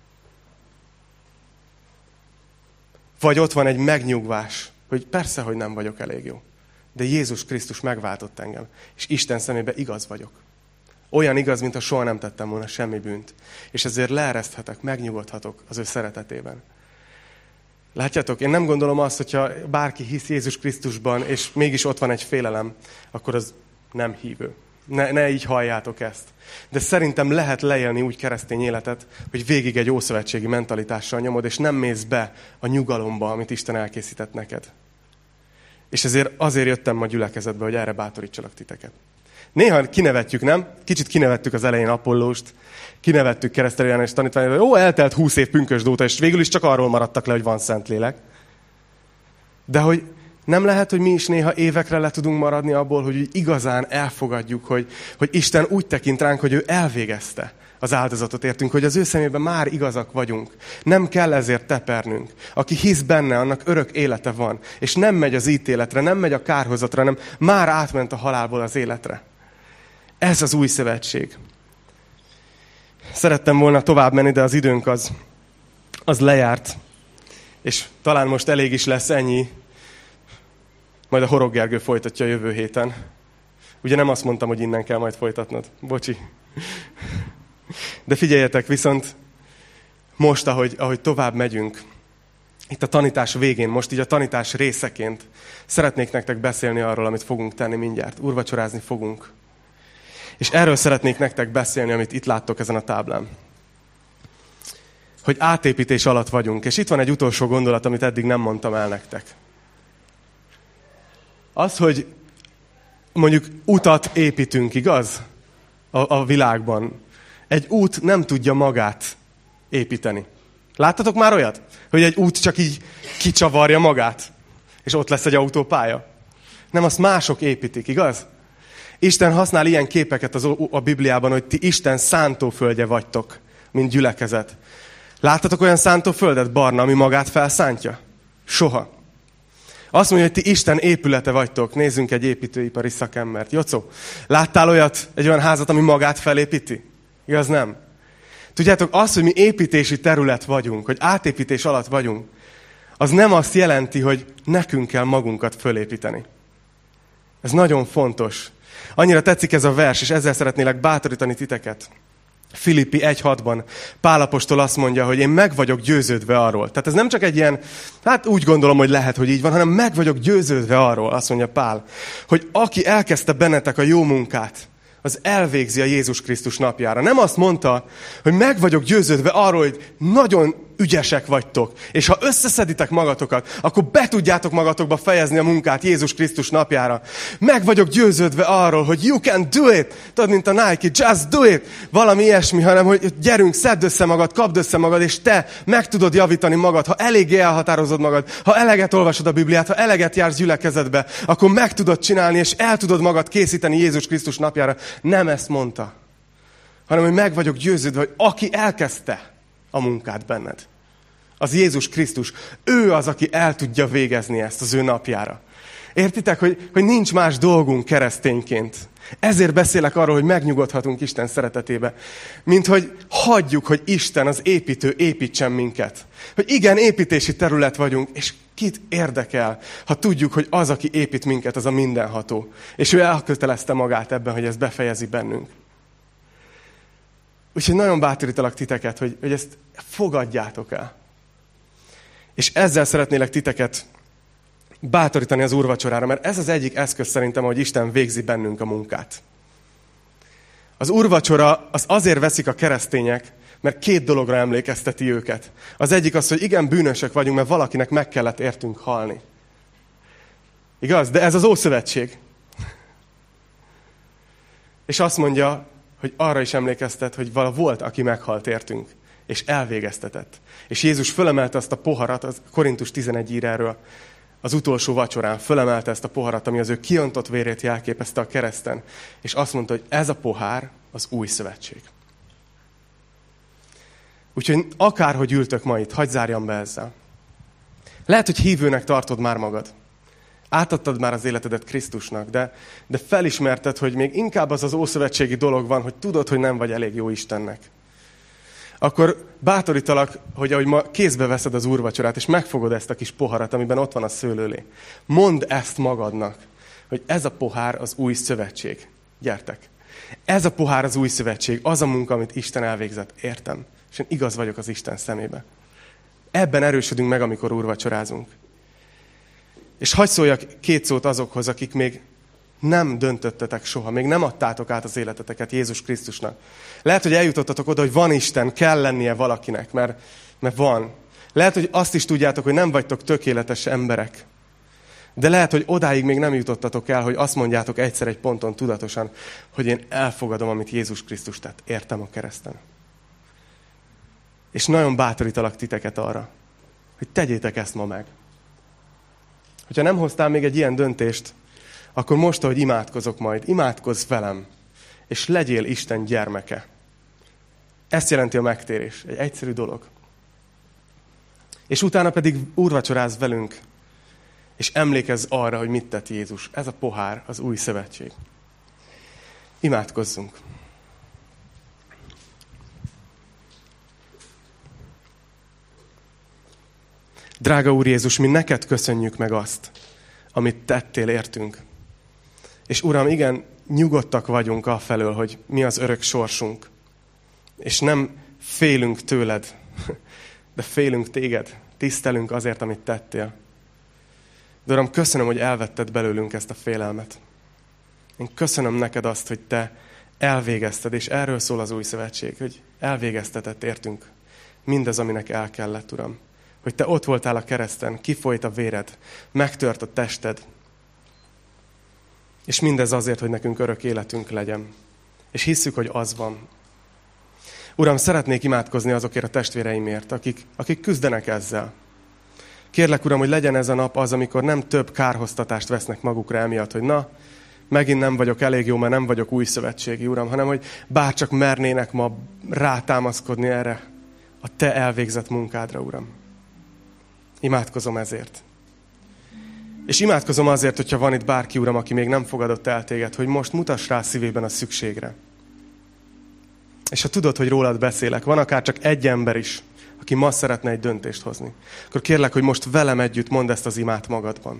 Vagy ott van egy megnyugvás, hogy persze, hogy nem vagyok elég jó. De Jézus Krisztus megváltott engem, és Isten szemében igaz vagyok. Olyan igaz, mintha soha nem tettem volna semmi bűnt. És ezért leereszthetek, megnyugodhatok az ő szeretetében. Látjátok, én nem gondolom azt, hogyha bárki hisz Jézus Krisztusban, és mégis ott van egy félelem, akkor az nem hívő. Ne, ne így halljátok ezt. De szerintem lehet leélni úgy keresztény életet, hogy végig egy ószövetségi mentalitással nyomod, és nem mész be a nyugalomba, amit Isten elkészített neked. És ezért azért jöttem ma gyülekezetbe, hogy erre bátorítsalak titeket. Néha kinevetjük, nem? Kicsit kinevettük az elején Apollóst, kinevettük Keresztelő János tanítványát, hogy ó, eltelt húsz év pünkösd óta, és végül is csak arról maradtak le, hogy van Szentlélek. De hogy nem lehet, hogy mi is néha évekre le tudunk maradni abból, hogy igazán elfogadjuk, hogy, hogy Isten úgy tekint ránk, hogy ő elvégezte az áldozatot értünk, hogy az ő szemében már igazak vagyunk. Nem kell ezért tepernünk. Aki hisz benne, annak örök élete van. És nem megy az ítéletre, nem megy a kárhozatra, hanem már átment a halálból az életre. Ez az új szövetség. Szerettem volna tovább menni, de az időnk az, az lejárt. És talán most elég is lesz ennyi. Majd a Horog Gergő folytatja a jövő héten. Ugye nem azt mondtam, hogy innen kell majd folytatnod. Bocsi. De figyeljetek, viszont most, ahogy, ahogy tovább megyünk, itt a tanítás végén, most így a tanítás részeként szeretnék nektek beszélni arról, amit fogunk tenni mindjárt. Úrvacsorázni fogunk. És erről szeretnék nektek beszélni, amit itt láttok ezen a táblán. Hogy átépítés alatt vagyunk. És itt van egy utolsó gondolat, amit eddig nem mondtam el nektek. Az, hogy mondjuk utat építünk, igaz? A, a világban. Egy út nem tudja magát építeni. Láttatok már olyat? Hogy egy út csak így kicsavarja magát, és ott lesz egy autópálya? Nem, azt mások építik, igaz? Isten használ ilyen képeket az, a Bibliában, hogy ti Isten szántóföldje vagytok, mint gyülekezet. Láttatok olyan szántóföldet, barna, ami magát felszántja? Soha. Azt mondja, hogy ti Isten épülete vagytok. Nézzünk egy építőipari szakembert. Jocó, láttál olyat, egy olyan házat, ami magát felépíti? Igaz, nem? Tudjátok, az, hogy mi építési terület vagyunk, hogy átépítés alatt vagyunk, az nem azt jelenti, hogy nekünk kell magunkat fölépíteni. Ez nagyon fontos. Annyira tetszik ez a vers, és ezzel szeretnélek bátorítani titeket. Filippi egy hatban Pál apostol azt mondja, hogy én meg vagyok győződve arról. Tehát ez nem csak egy ilyen, hát úgy gondolom, hogy lehet, hogy így van, hanem meg vagyok győződve arról, azt mondja Pál, hogy aki elkezdte bennetek a jó munkát, az elvégzi a Jézus Krisztus napjára. Nem azt mondta, hogy meg vagyok győződve arról, hogy nagyon ügyesek vagytok, és ha összeszeditek magatokat, akkor be tudjátok magatokba fejezni a munkát Jézus Krisztus napjára. Meg vagyok győződve arról, hogy you can do it. Tudod, mint a Nike, just do it. Valami ilyesmi, hanem, hogy gyerünk, szedd össze magad, kapd össze magad, és te meg tudod javítani magad. Ha eléggé elhatározod magad, ha eleget olvasod a Bibliát, ha eleget jársz gyülekezetbe, akkor meg tudod csinálni, és el tudod magad készíteni Jézus Krisztus napjára. Nem ezt mondta, hanem, hogy meg vagyok győződve, hogy aki elkezdte a munkát benned, az Jézus Krisztus. Ő az, aki el tudja végezni ezt az ő napjára. Értitek, hogy, hogy nincs más dolgunk keresztényként. Ezért beszélek arról, hogy megnyugodhatunk Isten szeretetébe. Mint hogy hagyjuk, hogy Isten, az építő építsen minket. Hogy igen, építési terület vagyunk, és kit érdekel, ha tudjuk, hogy az, aki épít minket, az a mindenható. És ő elkötelezte magát ebben, hogy ezt befejezi bennünk. Úgyhogy nagyon bátorítalak titeket, hogy, hogy ezt fogadjátok el. És ezzel szeretnélek titeket bátorítani az úrvacsorára, mert ez az egyik eszköz szerintem, hogy Isten végzi bennünk a munkát. Az úrvacsora az azért veszik a keresztények, mert két dologra emlékezteti őket. Az egyik az, hogy igen, bűnösök vagyunk, mert valakinek meg kellett értünk halni. Igaz? De ez az Ószövetség. És azt mondja, hogy arra is emlékeztet, hogy vala volt, aki meghalt értünk, és elvégeztetett. És Jézus fölemelte azt a poharat, az Korintus tizenegy ír erről, az utolsó vacsorán fölemelte ezt a poharat, ami az ő kiontott vérét jelképezte a kereszten, és azt mondta, hogy ez a pohár az új szövetség. Úgyhogy akárhogy ültök ma itt, hadd zárjam be ezzel. Lehet, hogy hívőnek tartod már magad. Átadtad már az életedet Krisztusnak, de, de felismerted, hogy még inkább az az ószövetségi dolog van, hogy tudod, hogy nem vagy elég jó Istennek. Akkor bátorítalak, hogy ahogy ma kézbe veszed az úrvacsorát, és megfogod ezt a kis poharat, amiben ott van a szőlőlé. Mondd ezt magadnak, hogy ez a pohár az új szövetség. Gyertek! Ez a pohár az új szövetség, az a munka, amit Isten elvégzett. Értem. És én igaz vagyok az Isten szemébe. Ebben erősödünk meg, amikor úrvacsorázunk. És hadd szóljak két szót azokhoz, akik még nem döntöttetek soha, még nem adtátok át az életeteket Jézus Krisztusnak. Lehet, hogy eljutottatok oda, hogy van Isten, kell lennie valakinek, mert, mert van. Lehet, hogy azt is tudjátok, hogy nem vagytok tökéletes emberek. De lehet, hogy odáig még nem jutottatok el, hogy azt mondjátok egyszer egy ponton tudatosan, hogy én elfogadom, amit Jézus Krisztus tett. Értem a kereszten. És nagyon bátorítalak titeket arra, hogy tegyétek ezt ma meg. Hogyha nem hoztál még egy ilyen döntést, akkor most, ahogy imádkozok majd, imádkozz velem, és legyél Isten gyermeke. Ezt jelenti a megtérés. Egy egyszerű dolog. És utána pedig úrvacsorázz velünk, és emlékezz arra, hogy mit tett Jézus. Ez a pohár, az új szövetség. Imádkozzunk. Drága Úr Jézus, mi neked köszönjük meg azt, amit tettél értünk. És Uram, igen, nyugodtak vagyunk afelől, hogy mi az örök sorsunk. És nem félünk tőled, de félünk téged. Tisztelünk azért, amit tettél. De Uram, köszönöm, hogy elvetted belőlünk ezt a félelmet. Én köszönöm neked azt, hogy te elvégezted, és erről szól az új szövetség, hogy elvégeztetett értünk mindez, aminek el kellett, Uram. Hogy te ott voltál a kereszten, kifolyt a véred, megtört a tested, és mindez azért, hogy nekünk örök életünk legyen. És hisszük, hogy az van. Uram, szeretnék imádkozni azokért a testvéreimért, akik, akik küzdenek ezzel. Kérlek, Uram, hogy legyen ez a nap az, amikor nem több kárhoztatást vesznek magukra emiatt, hogy na, megint nem vagyok elég jó, mert nem vagyok új szövetségi, Uram, hanem hogy bárcsak mernének ma rátámaszkodni erre a te elvégzett munkádra, Uram. Imádkozom ezért. És imádkozom azért, hogyha van itt bárki, Uram, aki még nem fogadott el téged, hogy most mutass rá szívében a szükségre. És ha tudod, hogy rólad beszélek, van akár csak egy ember is, aki ma szeretne egy döntést hozni, akkor kérlek, hogy most velem együtt mondd ezt az imát magadban.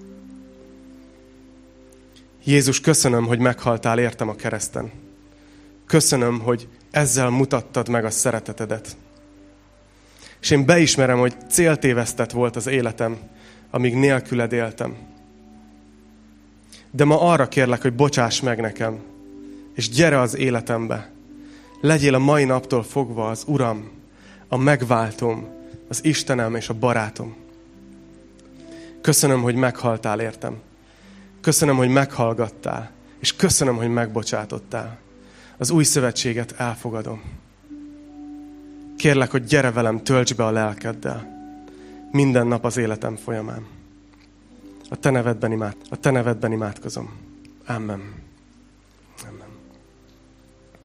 Jézus, köszönöm, hogy meghaltál értem a kereszten. Köszönöm, hogy ezzel mutattad meg a szeretetedet. És én beismerem, hogy céltévesztett volt az életem, amíg nélküled éltem. De ma arra kérlek, hogy bocsáss meg nekem, és gyere az életembe. Legyél a mai naptól fogva az Uram, a megváltom, az Istenem és a barátom. Köszönöm, hogy meghaltál értem. Köszönöm, hogy meghallgattál, és köszönöm, hogy megbocsátottál. Az új szövetséget elfogadom. Kérlek, hogy gyere velem, tölts be a lelkeddel. Minden nap az életem folyamán. A te nevedben imád, a te nevedben imádkozom. Amen.